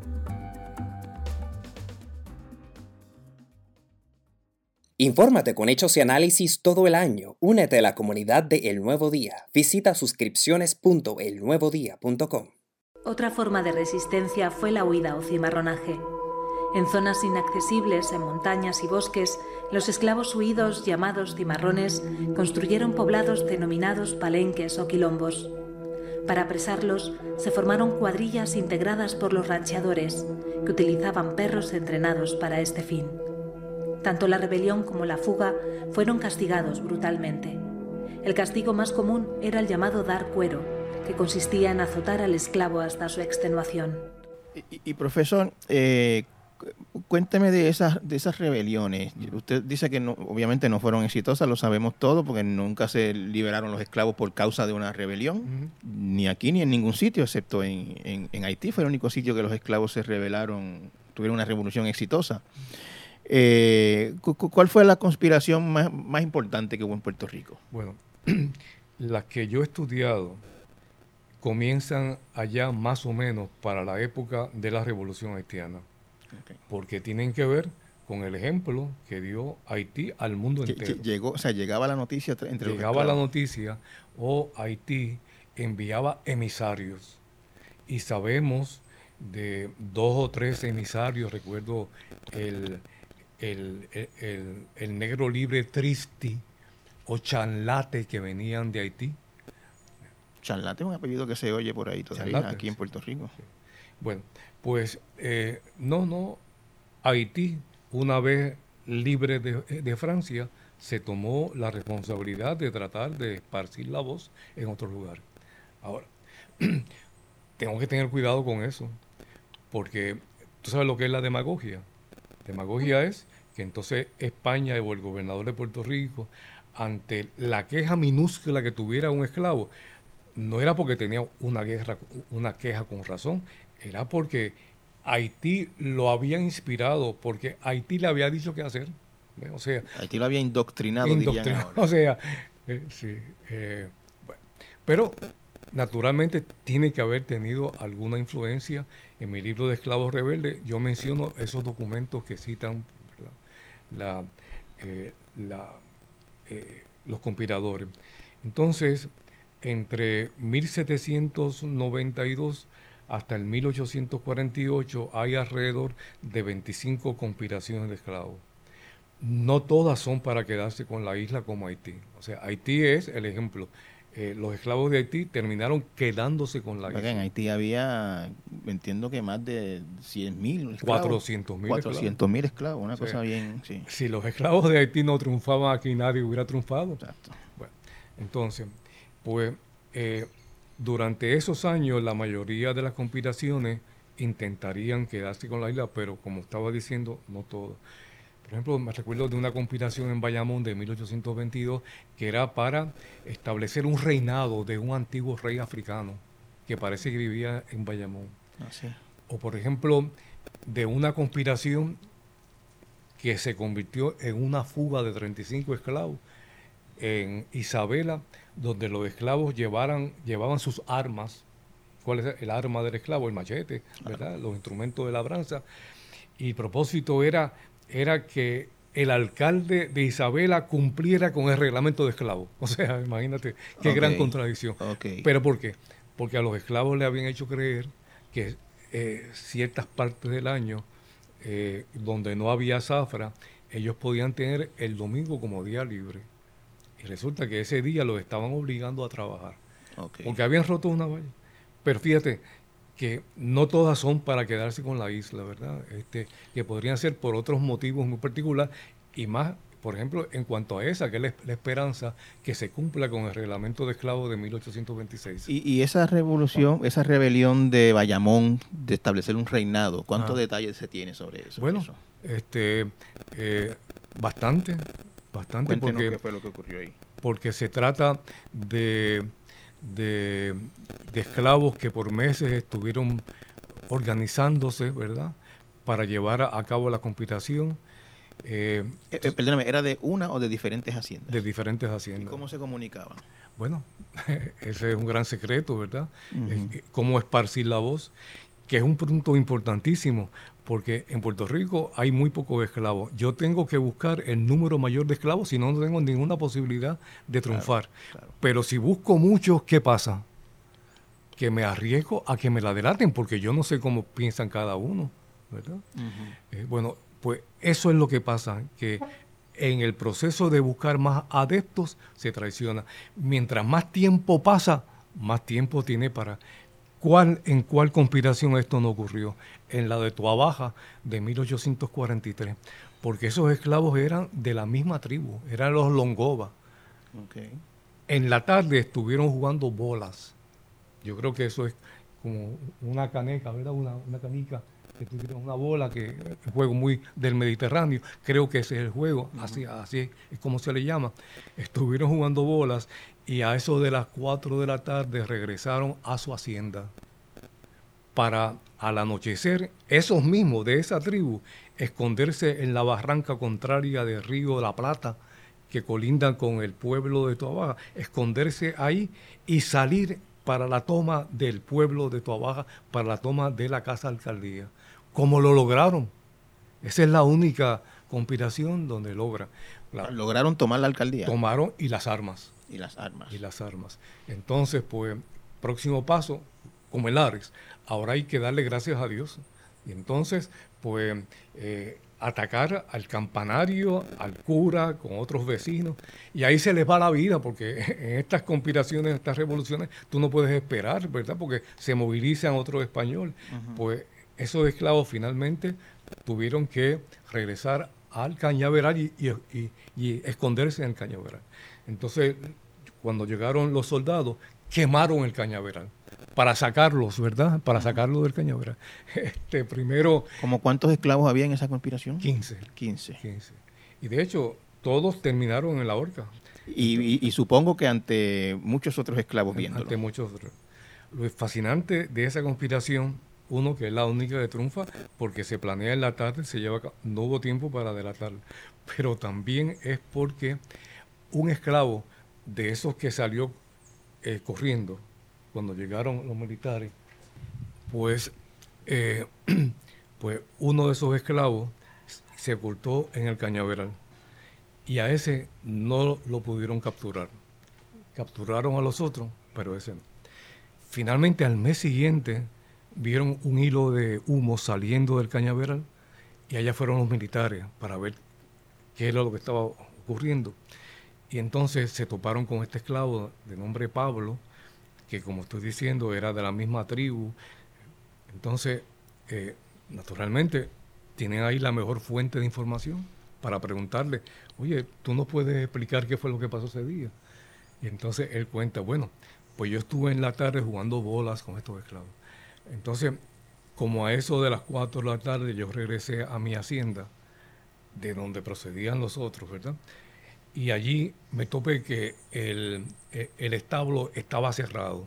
Infórmate con hechos y análisis todo el año. Únete a la comunidad de El Nuevo Día. Visita suscripciones punto el nuevo día punto com. Otra forma de resistencia fue la huida o cimarronaje. En zonas inaccesibles, en montañas y bosques, los esclavos huidos, llamados cimarrones, construyeron poblados denominados palenques o quilombos. Para apresarlos, se formaron cuadrillas integradas por los rancheadores, que utilizaban perros entrenados para este fin. Tanto la rebelión como la fuga fueron castigados brutalmente. El castigo más común era el llamado dar cuero, que consistía en azotar al esclavo hasta su extenuación. Y, y profesor, eh, cuénteme de esas de esas rebeliones. Usted dice que no, obviamente no fueron exitosas, lo sabemos todo, porque nunca se liberaron los esclavos por causa de una rebelión, uh-huh. ni aquí ni en ningún sitio, excepto en, en, en Haití. Fue el único sitio que los esclavos se rebelaron, tuvieron una revolución exitosa. Eh, ¿Cuál fue la conspiración más, más importante que hubo en Puerto Rico? Bueno, las que yo he estudiado comienzan allá más o menos para la época de la Revolución Haitiana, okay. porque tienen que ver con el ejemplo que dio Haití al mundo entero. Llegó, o sea, llegaba la noticia entre Llegaba la noticia o Haití enviaba emisarios y sabemos de dos o tres emisarios. Recuerdo el, el, el, el, el negro libre Tristi o Chanlate, que venían de Haití. Chanlate es un apellido que se oye por ahí todavía, Chanlate, aquí en Puerto Rico. Sí. Bueno, pues eh, no, no, Haití, una vez libre de, de Francia, se tomó la responsabilidad de tratar de esparcir la voz en otros lugares. Ahora, tengo que tener cuidado con eso, porque tú sabes lo que es la demagogia. Demagogia es que entonces España o el gobernador de Puerto Rico, ante la queja minúscula que tuviera un esclavo, no era porque tenía una, guerra, una queja con razón, era porque Haití lo había inspirado, porque Haití le había dicho qué hacer. ¿eh? O sea, Haití lo había indoctrinado, indoctrinado dirían ahora. O sea, eh, sí. Eh, bueno, pero naturalmente tiene que haber tenido alguna influencia. En mi libro de Esclavos Rebeldes yo menciono esos documentos que citan la, eh, la, eh, los conspiradores. Entonces, entre mil setecientos noventa y dos hasta el mil ochocientos cuarenta y ocho hay alrededor de veinticinco conspiraciones de esclavos. No todas son para quedarse con la isla como Haití. O sea, Haití es el ejemplo. Eh, los esclavos de Haití terminaron quedándose con la isla. En Haití había, entiendo que más de cien mil esclavos. cuatrocientos mil cuatrocientos mil esclavos, una o sea, cosa bien, sí. Si los esclavos de Haití no triunfaban aquí, nadie hubiera triunfado. Exacto. Bueno, entonces, pues, eh, durante esos años la mayoría de las conspiraciones intentarían quedarse con la isla, pero como estaba diciendo, no todo. Por ejemplo, me recuerdo de una conspiración en Bayamón de mil ochocientos veintidós que era para establecer un reinado de un antiguo rey africano que parece que vivía en Bayamón. Ah, sí. O por ejemplo, de una conspiración que se convirtió en una fuga de treinta y cinco esclavos en Isabela, donde los esclavos llevaran, llevaban sus armas. ¿Cuál es el arma del esclavo? El machete, ¿verdad? Los instrumentos de labranza. Y el propósito era, era que el alcalde de Isabela cumpliera con el reglamento de esclavos. O sea, imagínate qué Okay. gran contradicción. Okay. ¿Pero por qué? Porque a los esclavos le habían hecho creer que eh, ciertas partes del año eh, donde no había zafra, ellos podían tener el domingo como día libre. Y resulta que ese día los estaban obligando a trabajar. Okay. Porque habían roto una valla. Pero fíjate que no todas son para quedarse con la isla, ¿verdad? Este, que podrían ser por otros motivos muy particulares y más, por ejemplo, en cuanto a esa, que es la, la esperanza que se cumpla con el reglamento de esclavos de mil ochocientos veintiséis. Y, y esa revolución, esa rebelión de Bayamón de establecer un reinado, ¿cuántos Ah. detalles se tiene sobre eso? Bueno, eso? este, eh, bastante, bastante, Cuéntenos porque, qué fue lo que ocurrió ahí. porque se trata de, de, de esclavos que por meses estuvieron organizándose, ¿verdad?, para llevar a, a cabo la conspiración. Eh, Eh, eh, perdóname, ¿era de una o de diferentes haciendas? de diferentes ¿Y haciendas. cómo se comunicaban? Bueno, ese es un gran secreto, ¿verdad? Ujú. Es- cómo esparcir la voz, que es un punto importantísimo, porque en Puerto Rico hay muy pocos esclavos. Yo tengo que buscar el número mayor de esclavos, si no, no tengo ninguna posibilidad de triunfar. claro. Pero si busco muchos, ¿qué pasa? Que me arriesgo a que me la delaten, porque yo no sé cómo piensan cada uno, ¿verdad? Eh, bueno, pues eso es lo que pasa, que en el proceso de buscar más adeptos se traiciona. Mientras más tiempo pasa, más tiempo tiene para... ¿Cuál, ¿En cuál conspiración esto no ocurrió? En la de Toa Baja de mil ochocientos cuarenta y tres, porque esos esclavos eran de la misma tribu, eran los Longoba. Okay. En la tarde estuvieron jugando bolas. Yo creo que eso es como una caneca, ¿verdad? Una, una canica, que tú tienes una bola, que es un juego muy del Mediterráneo. Creo que ese es el juego, uh-huh. así, así es como se le llama. Estuvieron jugando bolas y a eso de las cuatro de la tarde regresaron a su hacienda para al anochecer, esos mismos de esa tribu, esconderse en la barranca contraria del río de la Plata, que colindan con el pueblo de Toa Baja, esconderse ahí y salir para la toma del pueblo de Toa Baja, para la toma de la casa alcaldía. ¿Cómo lo lograron? Esa es la única conspiración donde logran. La, Lograron tomar la alcaldía. Tomaron y las armas. Y las armas. Y las armas. Entonces, pues, próximo paso, como el Ares, ahora hay que darle gracias a Dios. Y entonces, pues, eh, atacar al campanario, al cura, con otros vecinos, y ahí se les va la vida, porque en estas conspiraciones, en estas revoluciones, tú no puedes esperar, ¿verdad? Porque se movilizan otros españoles. Uh-huh. Pues esos esclavos finalmente tuvieron que regresar al cañaveral y, y, y, y esconderse en el cañaveral. Entonces, cuando llegaron los soldados, quemaron el cañaveral. para sacarlos, ¿verdad? Para sacarlos del cañaveral. Este, primero... ¿Cómo cuántos esclavos había en esa conspiración? quince. quince. quince. Y de hecho, todos terminaron en la horca. Y, y, y supongo que ante muchos otros esclavos viéndolo. Ante muchos otros. Lo fascinante de esa conspiración, uno, que es la única que triunfa, porque se planea en la tarde, se lleva, no hubo tiempo para delatarla. Pero también es porque un esclavo de esos que salió eh, corriendo, cuando llegaron los militares, pues, eh, pues uno de esos esclavos se ocultó en el cañaveral y a ese no lo pudieron capturar. Capturaron a los otros, pero ese no. Finalmente, al mes siguiente, vieron un hilo de humo saliendo del cañaveral y allá fueron los militares para ver qué era lo que estaba ocurriendo. Y entonces se toparon con este esclavo de nombre Pablo, que como estoy diciendo era de la misma tribu. Entonces, eh, naturalmente, tienen ahí la mejor fuente de información para preguntarle, oye, ¿tú no puedes explicar qué fue lo que pasó ese día? Y entonces él cuenta, bueno, pues yo estuve en la tarde jugando bolas con estos esclavos. Entonces, como a eso de las cuatro de la tarde, yo regresé a mi hacienda, de donde procedían los otros, ¿verdad? Y allí me topé que el, el establo estaba cerrado.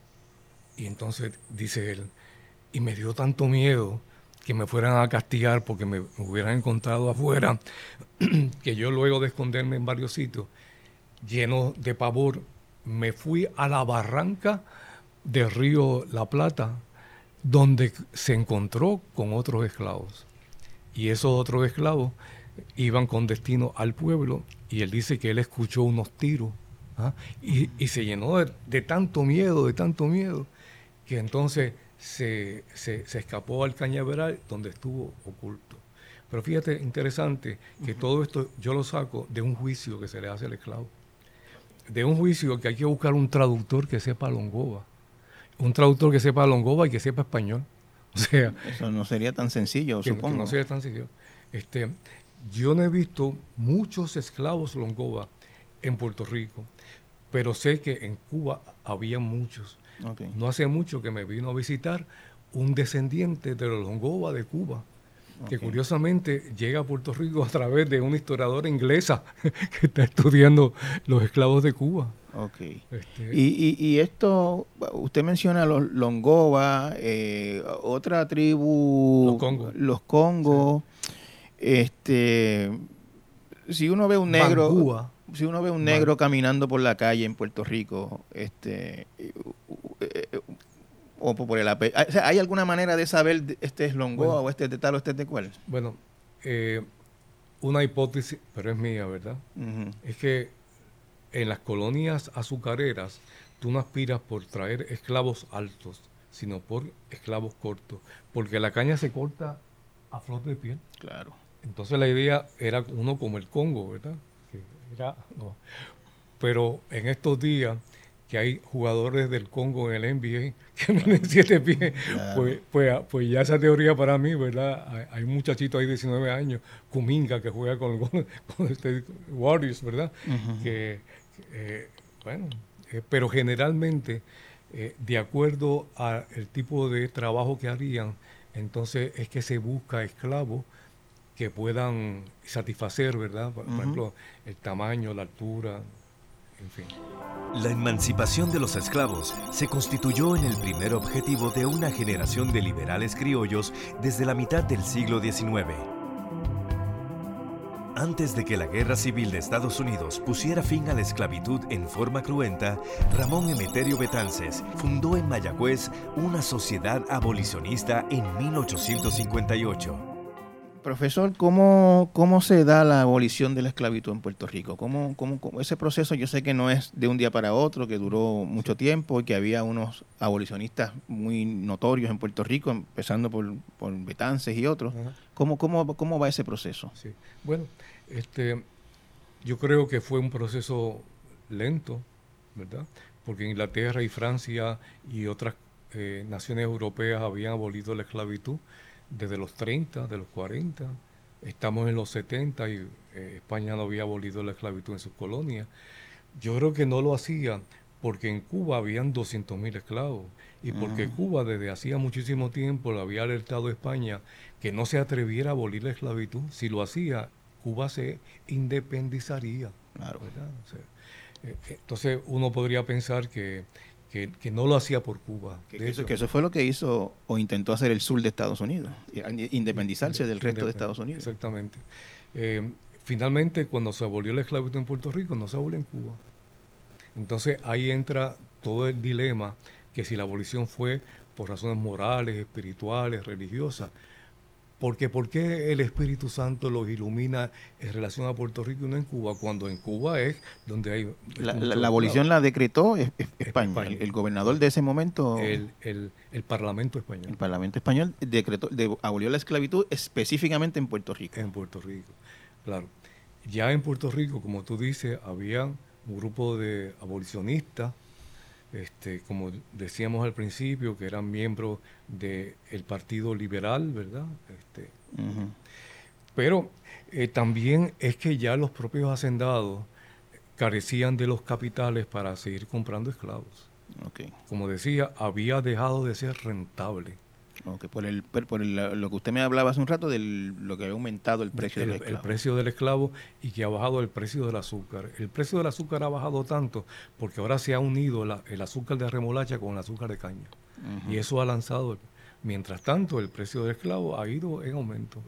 Y entonces, dice él, y me dio tanto miedo que me fueran a castigar porque me, me hubieran encontrado afuera, que yo luego de esconderme en varios sitios, lleno de pavor, me fui a la barranca del río La Plata, donde se encontró con otros esclavos. Y esos otros esclavos iban con destino al pueblo, y él dice que él escuchó unos tiros, ¿ah? y, y se llenó de, de tanto miedo, de tanto miedo, que entonces se, se, se escapó al cañaveral donde estuvo oculto. Pero fíjate, interesante, que uh-huh. todo esto yo lo saco de un juicio que se le hace al esclavo. De un juicio que hay que buscar un traductor que sepa longoba. Un traductor que sepa longoba y que sepa español. O sea, eso no sería tan sencillo, que, supongo. Que no sería tan sencillo. Este, yo no he visto muchos esclavos longoba en Puerto Rico, pero sé que en Cuba había muchos. Okay. No hace mucho que me vino a visitar un descendiente de los longoba de Cuba, okay. que curiosamente llega a Puerto Rico a través de una historiadora inglesa que está estudiando los esclavos de Cuba. Okay. Este, y, y, y esto, usted menciona los longoba, eh, otra tribu, los Congo, los Congo, sí. este, si uno ve un negro, Bangúa. si uno ve un negro Man. caminando por la calle en Puerto Rico, este, o por el ape, o sea, ¿hay alguna manera de saber este es longoba bueno, o este es de tal o este es de cuál? Bueno, eh, una hipótesis, pero es mía, ¿verdad? Uh-huh. Es que en las colonias azucareras, tú no aspiras por traer esclavos altos, sino por esclavos cortos, porque la caña se corta a flor de piel. Claro. Entonces la idea era uno como el Congo, ¿verdad? Que era, no. Pero en estos días que hay jugadores del Congo en el N B A que miden siete pies, claro. pues, pues, pues ya esa teoría para mí, ¿verdad? Hay, hay un muchachito ahí de diecinueve años, Kuminga, que juega con, con, con este Warriors, ¿verdad? Uh-huh. Que, eh, bueno, eh, pero generalmente, eh, de acuerdo al tipo de trabajo que harían, entonces es que se busca esclavos que puedan satisfacer, ¿verdad? Por, uh-huh. por ejemplo, el tamaño, la altura, en fin. La emancipación de los esclavos se constituyó en el primer objetivo de una generación de liberales criollos desde la mitad del siglo diecinueve. Antes de que la Guerra Civil de Estados Unidos pusiera fin a la esclavitud en forma cruenta, Ramón Emeterio Betances fundó en Mayagüez una sociedad abolicionista en mil ochocientos cincuenta y ocho. Profesor, ¿cómo, cómo se da la abolición de la esclavitud en Puerto Rico? ¿Cómo, cómo, cómo ese proceso? Yo sé que no es de un día para otro, que duró mucho tiempo y que había unos abolicionistas muy notorios en Puerto Rico, empezando por, por Betances y otros. Uh-huh. ¿Cómo, cómo, ¿Cómo va ese proceso? Sí. Bueno, este, yo creo que fue un proceso lento, ¿verdad? Porque Inglaterra y Francia y otras eh, naciones europeas habían abolido la esclavitud desde los treinta, de los cuarenta, estamos en los setenta y eh, España no había abolido la esclavitud en sus colonias. Yo creo que no lo hacía porque en Cuba habían doscientos mil esclavos y porque uh-huh. Cuba desde hacía muchísimo tiempo le había alertado a España que no se atreviera a abolir la esclavitud. Si lo hacía, Cuba se independizaría. Claro. ¿Verdad? O sea, eh, entonces uno podría pensar que, que, que no lo hacía por Cuba. Que, que, eso, que eso fue lo que hizo o intentó hacer el sur de Estados Unidos, independizarse del resto de Estados Unidos. Exactamente. Eh, finalmente, cuando se abolió la esclavitud en Puerto Rico, no se abolió en Cuba. Entonces ahí entra todo el dilema que si la abolición fue por razones morales, espirituales, religiosas, porque ¿por qué el Espíritu Santo los ilumina en relación a Puerto Rico y no en Cuba? Cuando en Cuba es donde hay... La, la, la abolición la decretó es, es España. España. El, el gobernador de ese momento... El, el, el Parlamento español. El Parlamento español decretó, de, abolió la esclavitud específicamente en Puerto Rico. En Puerto Rico, claro. Ya en Puerto Rico, como tú dices, había un grupo de abolicionistas, este, como decíamos al principio, que eran miembros del Partido Liberal, ¿verdad? Este, uh-huh. Pero eh, también es que ya los propios hacendados carecían de los capitales para seguir comprando esclavos. Okay. Como decía, había dejado de ser rentable. Okay. Por, el, por el, lo que usted me hablaba hace un rato de lo que había aumentado el precio el, del esclavo. El precio del esclavo y que ha bajado el precio del azúcar. El precio del azúcar ha bajado tanto porque ahora se ha unido la, el azúcar de remolacha con el azúcar de caña. Uh-huh. Y eso ha lanzado. Mientras tanto, el precio del esclavo ha ido en aumento.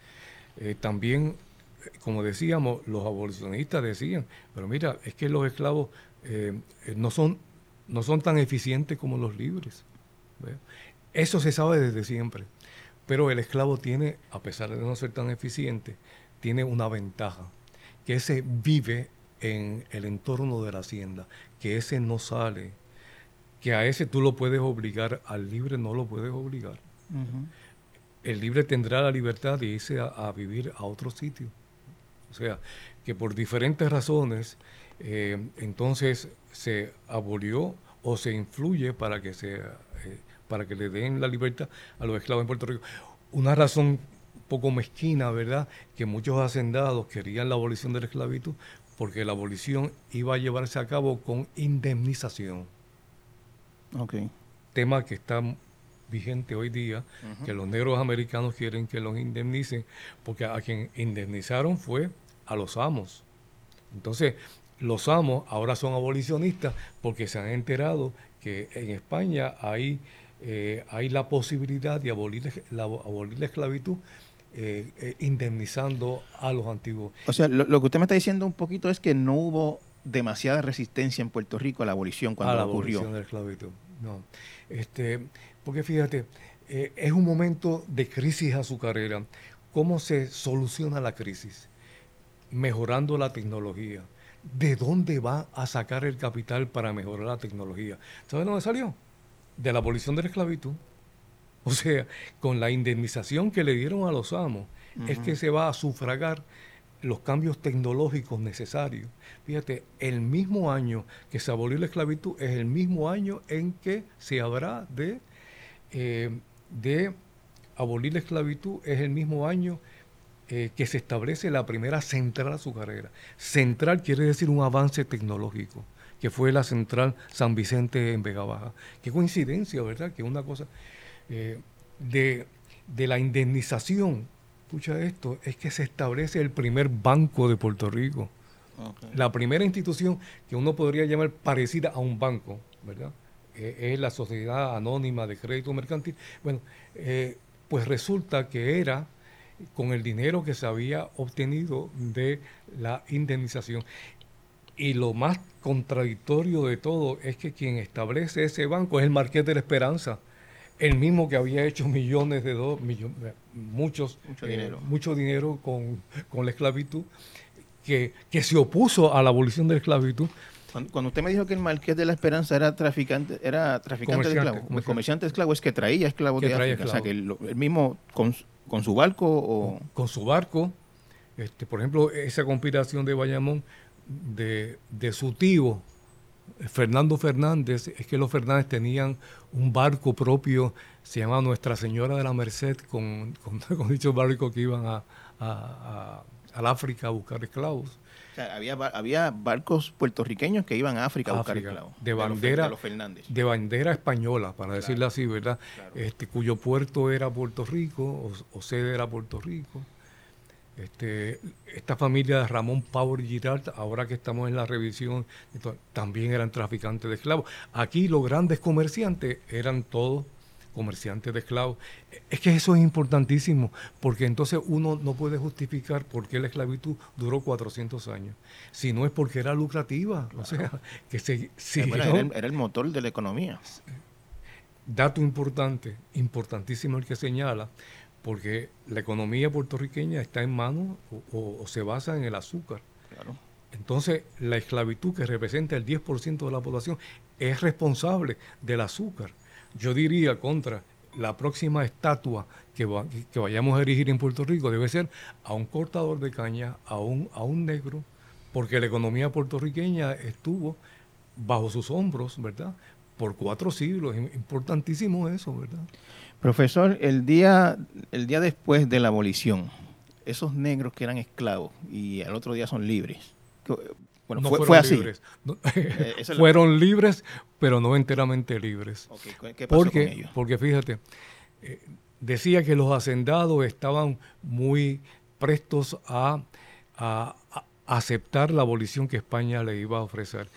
Eh, también, como decíamos, los abolicionistas decían, pero mira, es que los esclavos eh, no, son, no son tan eficientes como los libres. ¿Ve? Eso se sabe desde siempre, pero el esclavo tiene, a pesar de no ser tan eficiente, tiene una ventaja, que ese vive en el entorno de la hacienda, que ese no sale, que a ese tú lo puedes obligar, al libre no lo puedes obligar. Uh-huh. El libre tendrá la libertad de irse a, a vivir a otro sitio. O sea, que por diferentes razones, eh, entonces se abolió o se influye para que se... Eh, para que le den la libertad a los esclavos en Puerto Rico. Una razón un poco mezquina, ¿verdad?, que muchos hacendados querían la abolición de la esclavitud, porque la abolición iba a llevarse a cabo con indemnización. Okay. Tema que está vigente hoy día, uh-huh. que los negros americanos quieren que los indemnicen, porque a quien indemnizaron fue a los amos. Entonces, los amos ahora son abolicionistas porque se han enterado que en España hay... Eh, hay la posibilidad de abolir la, abolir la esclavitud eh, eh, indemnizando a los antiguos. O sea, lo, lo que usted me está diciendo un poquito es que no hubo demasiada resistencia en Puerto Rico a la abolición cuando a la ocurrió. abolición de la esclavitud, no. Este, porque fíjate, eh, es un momento de crisis azucarera. ¿Cómo se soluciona la crisis? Mejorando la tecnología. ¿De dónde va a sacar el capital para mejorar la tecnología? ¿Sabes dónde salió? De la abolición de la esclavitud. O sea, con la indemnización que le dieron a los amos, uh-huh. es que se va a sufragar los cambios tecnológicos necesarios. Fíjate, el mismo año que se abolió la esclavitud es el mismo año en que se habrá de, eh, de abolir la esclavitud, es el mismo año eh, que se establece la primera central azucarera. Central quiere decir un avance tecnológico, que fue la central San Vicente en Vega Baja. Qué coincidencia, ¿verdad? Que una cosa eh, de, de la indemnización, escucha esto, es que se establece el primer banco de Puerto Rico. Okay. La primera institución que uno podría llamar parecida a un banco, ¿verdad? Eh, es la Sociedad Anónima de Crédito Mercantil. Bueno, eh, pues resulta que era con el dinero que se había obtenido de la indemnización. Y lo más contradictorio de todo es que quien establece ese banco es el Marqués de la Esperanza, el mismo que había hecho millones de dólares, millo, muchos, mucho eh, dinero, mucho dinero con, con la esclavitud, que, que se opuso a la abolición de la esclavitud. Cuando, cuando usted me dijo que el Marqués de la Esperanza era traficante, era traficante de esclavos, comerciante. comerciante de esclavos, es que traía esclavos que de traía África, esclavos. O sea, que el, el mismo con, con su barco o... Con, con su barco, este, por ejemplo, esa conspiración de Bayamón, De, de su tío Fernando Fernández, es que los Fernández tenían un barco propio, se llamaba Nuestra Señora de la Merced, con, con, con dicho barco que iban a, a, a, al África a buscar esclavos. O sea, había, había barcos puertorriqueños que iban a África, a buscar África, esclavos. De bandera, de los, de los Fernández. De bandera española, para claro, decirlo así, ¿verdad? Claro. Este, cuyo puerto era Puerto Rico, o, o sede era Puerto Rico. Este, esta familia de Ramón Power Girard, ahora que estamos en la revisión, también eran traficantes de esclavos. Aquí los grandes comerciantes eran todos comerciantes de esclavos. Es que eso es importantísimo, porque entonces uno no puede justificar por qué la esclavitud duró cuatrocientos años, si no es porque era lucrativa. Claro. O sea, que se siguió. Era, el, era el motor de la economía. Dato importante, importantísimo el que señala, porque la economía puertorriqueña está en manos o, o, o se basa en el azúcar. Claro. Entonces, la esclavitud, que representa el diez por ciento de la población, es responsable del azúcar. Yo diría, contra, la próxima estatua que, va, que vayamos a erigir en Puerto Rico debe ser a un cortador de caña, a un, a un negro, porque la economía puertorriqueña estuvo bajo sus hombros, ¿verdad?, por cuatro siglos. Importantísimo eso, ¿verdad? Profesor, el día, el día después de la abolición, esos negros que eran esclavos y al otro día son libres, bueno, no fue, fueron fue así. Libres. No, eh, fueron la... libres, pero no enteramente libres. Okay, ¿qué pasó porque, con ellos? Porque fíjate, eh, decía que los hacendados estaban muy prestos a, a, a aceptar la abolición que España le iba a ofrecer.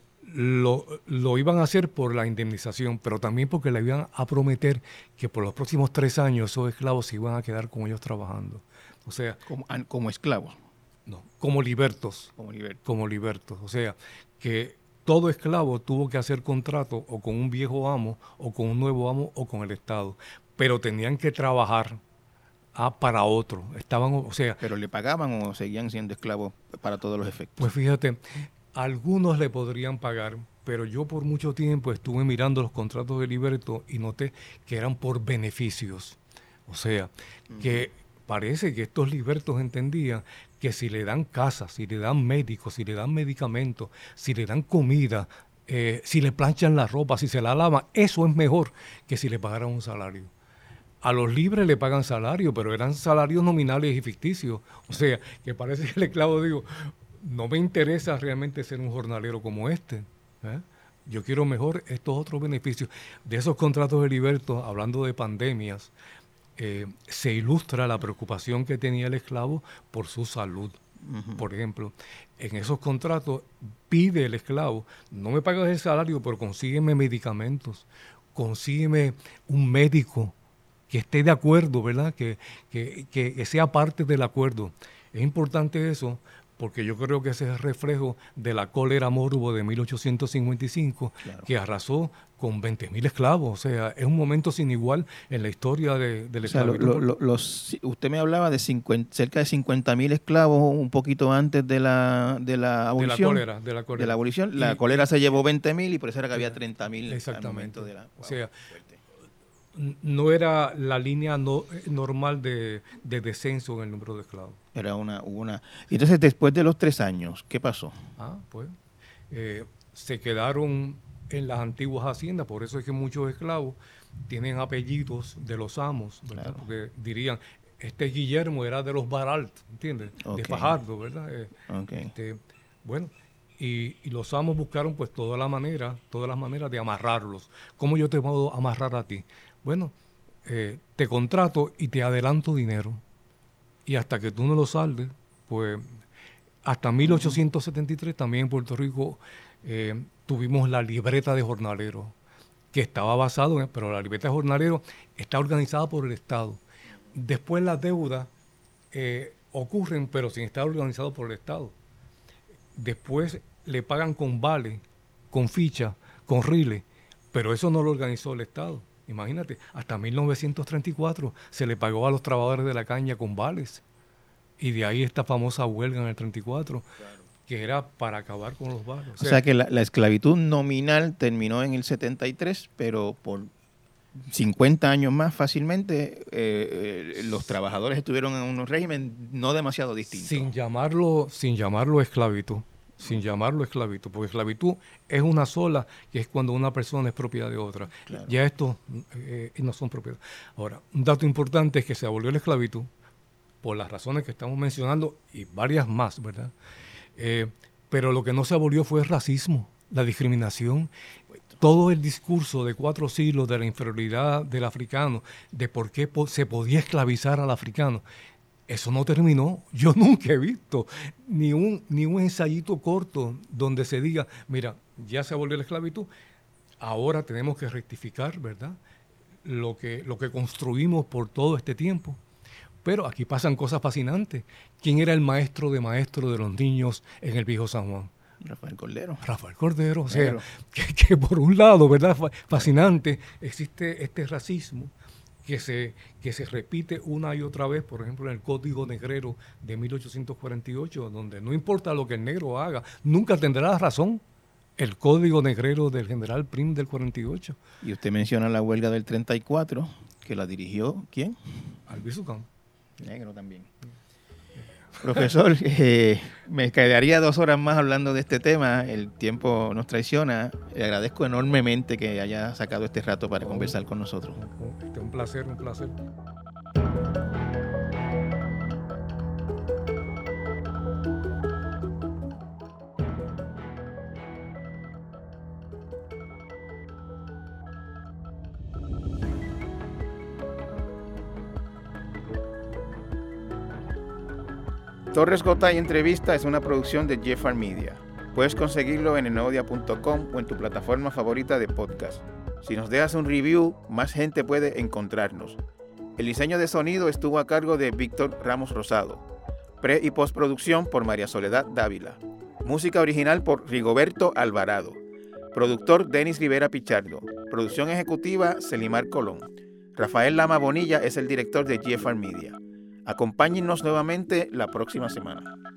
Lo, lo iban a hacer por la indemnización, pero también porque le iban a prometer que por los próximos tres años esos esclavos se iban a quedar con ellos trabajando. O sea, como, como esclavos. No, como libertos. Como libertos. Como libertos. O sea, que todo esclavo tuvo que hacer contrato o con un viejo amo, o con un nuevo amo, o con el Estado. Pero tenían que trabajar ah, para otro. Estaban, o sea... ¿Pero le pagaban o seguían siendo esclavos para todos los efectos? Pues fíjate, algunos le podrían pagar, pero yo por mucho tiempo estuve mirando los contratos de liberto y noté que eran por beneficios. O sea, uh-huh. que parece que estos libertos entendían que si le dan casa, si le dan médicos, si le dan medicamentos, si le dan comida, eh, si le planchan la ropa, si se la lavan, eso es mejor que si le pagaran un salario. A los libres le pagan salario, pero eran salarios nominales y ficticios. O sea, que parece que el esclavo digo, no me interesa realmente ser un jornalero como este. ¿eh? Yo quiero mejor estos otros beneficios. De esos contratos de liberto, hablando de pandemias, Eh, se ilustra la preocupación que tenía el esclavo por su salud. Uh-huh. Por ejemplo, en esos contratos pide el esclavo, no me pagas el salario, pero consígueme medicamentos, consígueme un médico que esté de acuerdo, ¿verdad? Que, que, que sea parte del acuerdo. Es importante eso, porque yo creo que ese es el reflejo de la cólera morbo de mil ochocientos cincuenta y cinco, claro. que arrasó con veinte mil esclavos. O sea, es un momento sin igual en la historia de, de la o sea, esclavitud. Lo, lo, los, usted me hablaba de cincuenta, cerca de cincuenta mil esclavos un poquito antes de la, de la abolición. De la cólera. De la, cólera. De la abolición. La y, cólera se llevó veinte mil y por eso era que había treinta mil al momento de la... Wow, o sea, fuerte. No era la línea no, normal de, de descenso en el número de esclavos. Era una, una... Entonces, después de los tres años, ¿qué pasó? Ah, pues, eh, se quedaron en las antiguas haciendas, por eso es que muchos esclavos tienen apellidos de los amos, ¿verdad? Claro. Porque dirían, este Guillermo era de los Baralt, ¿entiendes? Okay. De Fajardo, ¿verdad? Eh, okay. este, bueno, y, y los amos buscaron pues toda la manera, todas las maneras de amarrarlos. ¿Cómo yo te puedo amarrar a ti? Bueno, eh, te contrato y te adelanto dinero. Y hasta que tú no lo saldes, pues hasta mil ochocientos setenta y tres también en Puerto Rico eh, tuvimos la libreta de jornalero, que estaba basado en, pero la libreta de jornalero está organizada por el Estado. Después las deudas eh, ocurren, pero sin estar organizado por el Estado. Después le pagan con vale, con ficha, con rile, pero eso no lo organizó el Estado. Imagínate, hasta mil novecientos treinta y cuatro se le pagó a los trabajadores de la caña con vales. Y de ahí esta famosa huelga en el treinta y cuatro, claro. que era para acabar con los vales. O sea, o sea que la, la esclavitud nominal terminó en el setenta y tres, pero por cincuenta años más fácilmente eh, eh, los trabajadores estuvieron en un régimen no demasiado distinto. Sin llamarlo, sin llamarlo esclavitud. sin llamarlo esclavitud, porque esclavitud es una sola, que es cuando una persona es propiedad de otra. Claro. Ya estos eh, no son propiedad. Ahora, un dato importante es que se abolió la esclavitud, por las razones que estamos mencionando y varias más, ¿verdad? Eh, pero lo que no se abolió fue el racismo, la discriminación, todo el discurso de cuatro siglos de la inferioridad del africano, de por qué po- se podía esclavizar al africano. Eso no terminó. Yo nunca he visto ni un, ni un ensayito corto donde se diga, mira, ya se abolió la esclavitud, ahora tenemos que rectificar, ¿verdad?, lo que, lo que construimos por todo este tiempo. Pero aquí pasan cosas fascinantes. ¿Quién era el maestro de maestros de los niños en el viejo San Juan? Rafael Cordero. Rafael Cordero. O sea, que, que por un lado, ¿verdad?, fascinante, existe este racismo que se, que se repite una y otra vez, por ejemplo, en el Código Negrero de mil ochocientos cuarenta y ocho, donde no importa lo que el negro haga, nunca tendrá la razón. El Código Negrero del general Prim del cuarenta y ocho. Y usted menciona la huelga del treinta y cuatro, que la dirigió, ¿quién? Albizu Campos. Negro también. Profesor, eh, me quedaría dos horas más hablando de este tema. El tiempo nos traiciona. Le agradezco enormemente que haya sacado este rato para conversar con nosotros. Este, un placer, un placer. Torres Gotay Entrevista es una producción de Jeffar Media. Puedes conseguirlo en el nuevo día punto com o en tu plataforma favorita de podcast. Si nos dejas un review, más gente puede encontrarnos. El diseño de sonido estuvo a cargo de Víctor Ramos Rosado. Pre- y postproducción por María Soledad Dávila. Música original por Rigoberto Alvarado. Productor Denis Rivera Pichardo. Producción ejecutiva Celimar Colón. Rafael Lama Bonilla es el director de Jeffar Media. Acompáñennos nuevamente la próxima semana.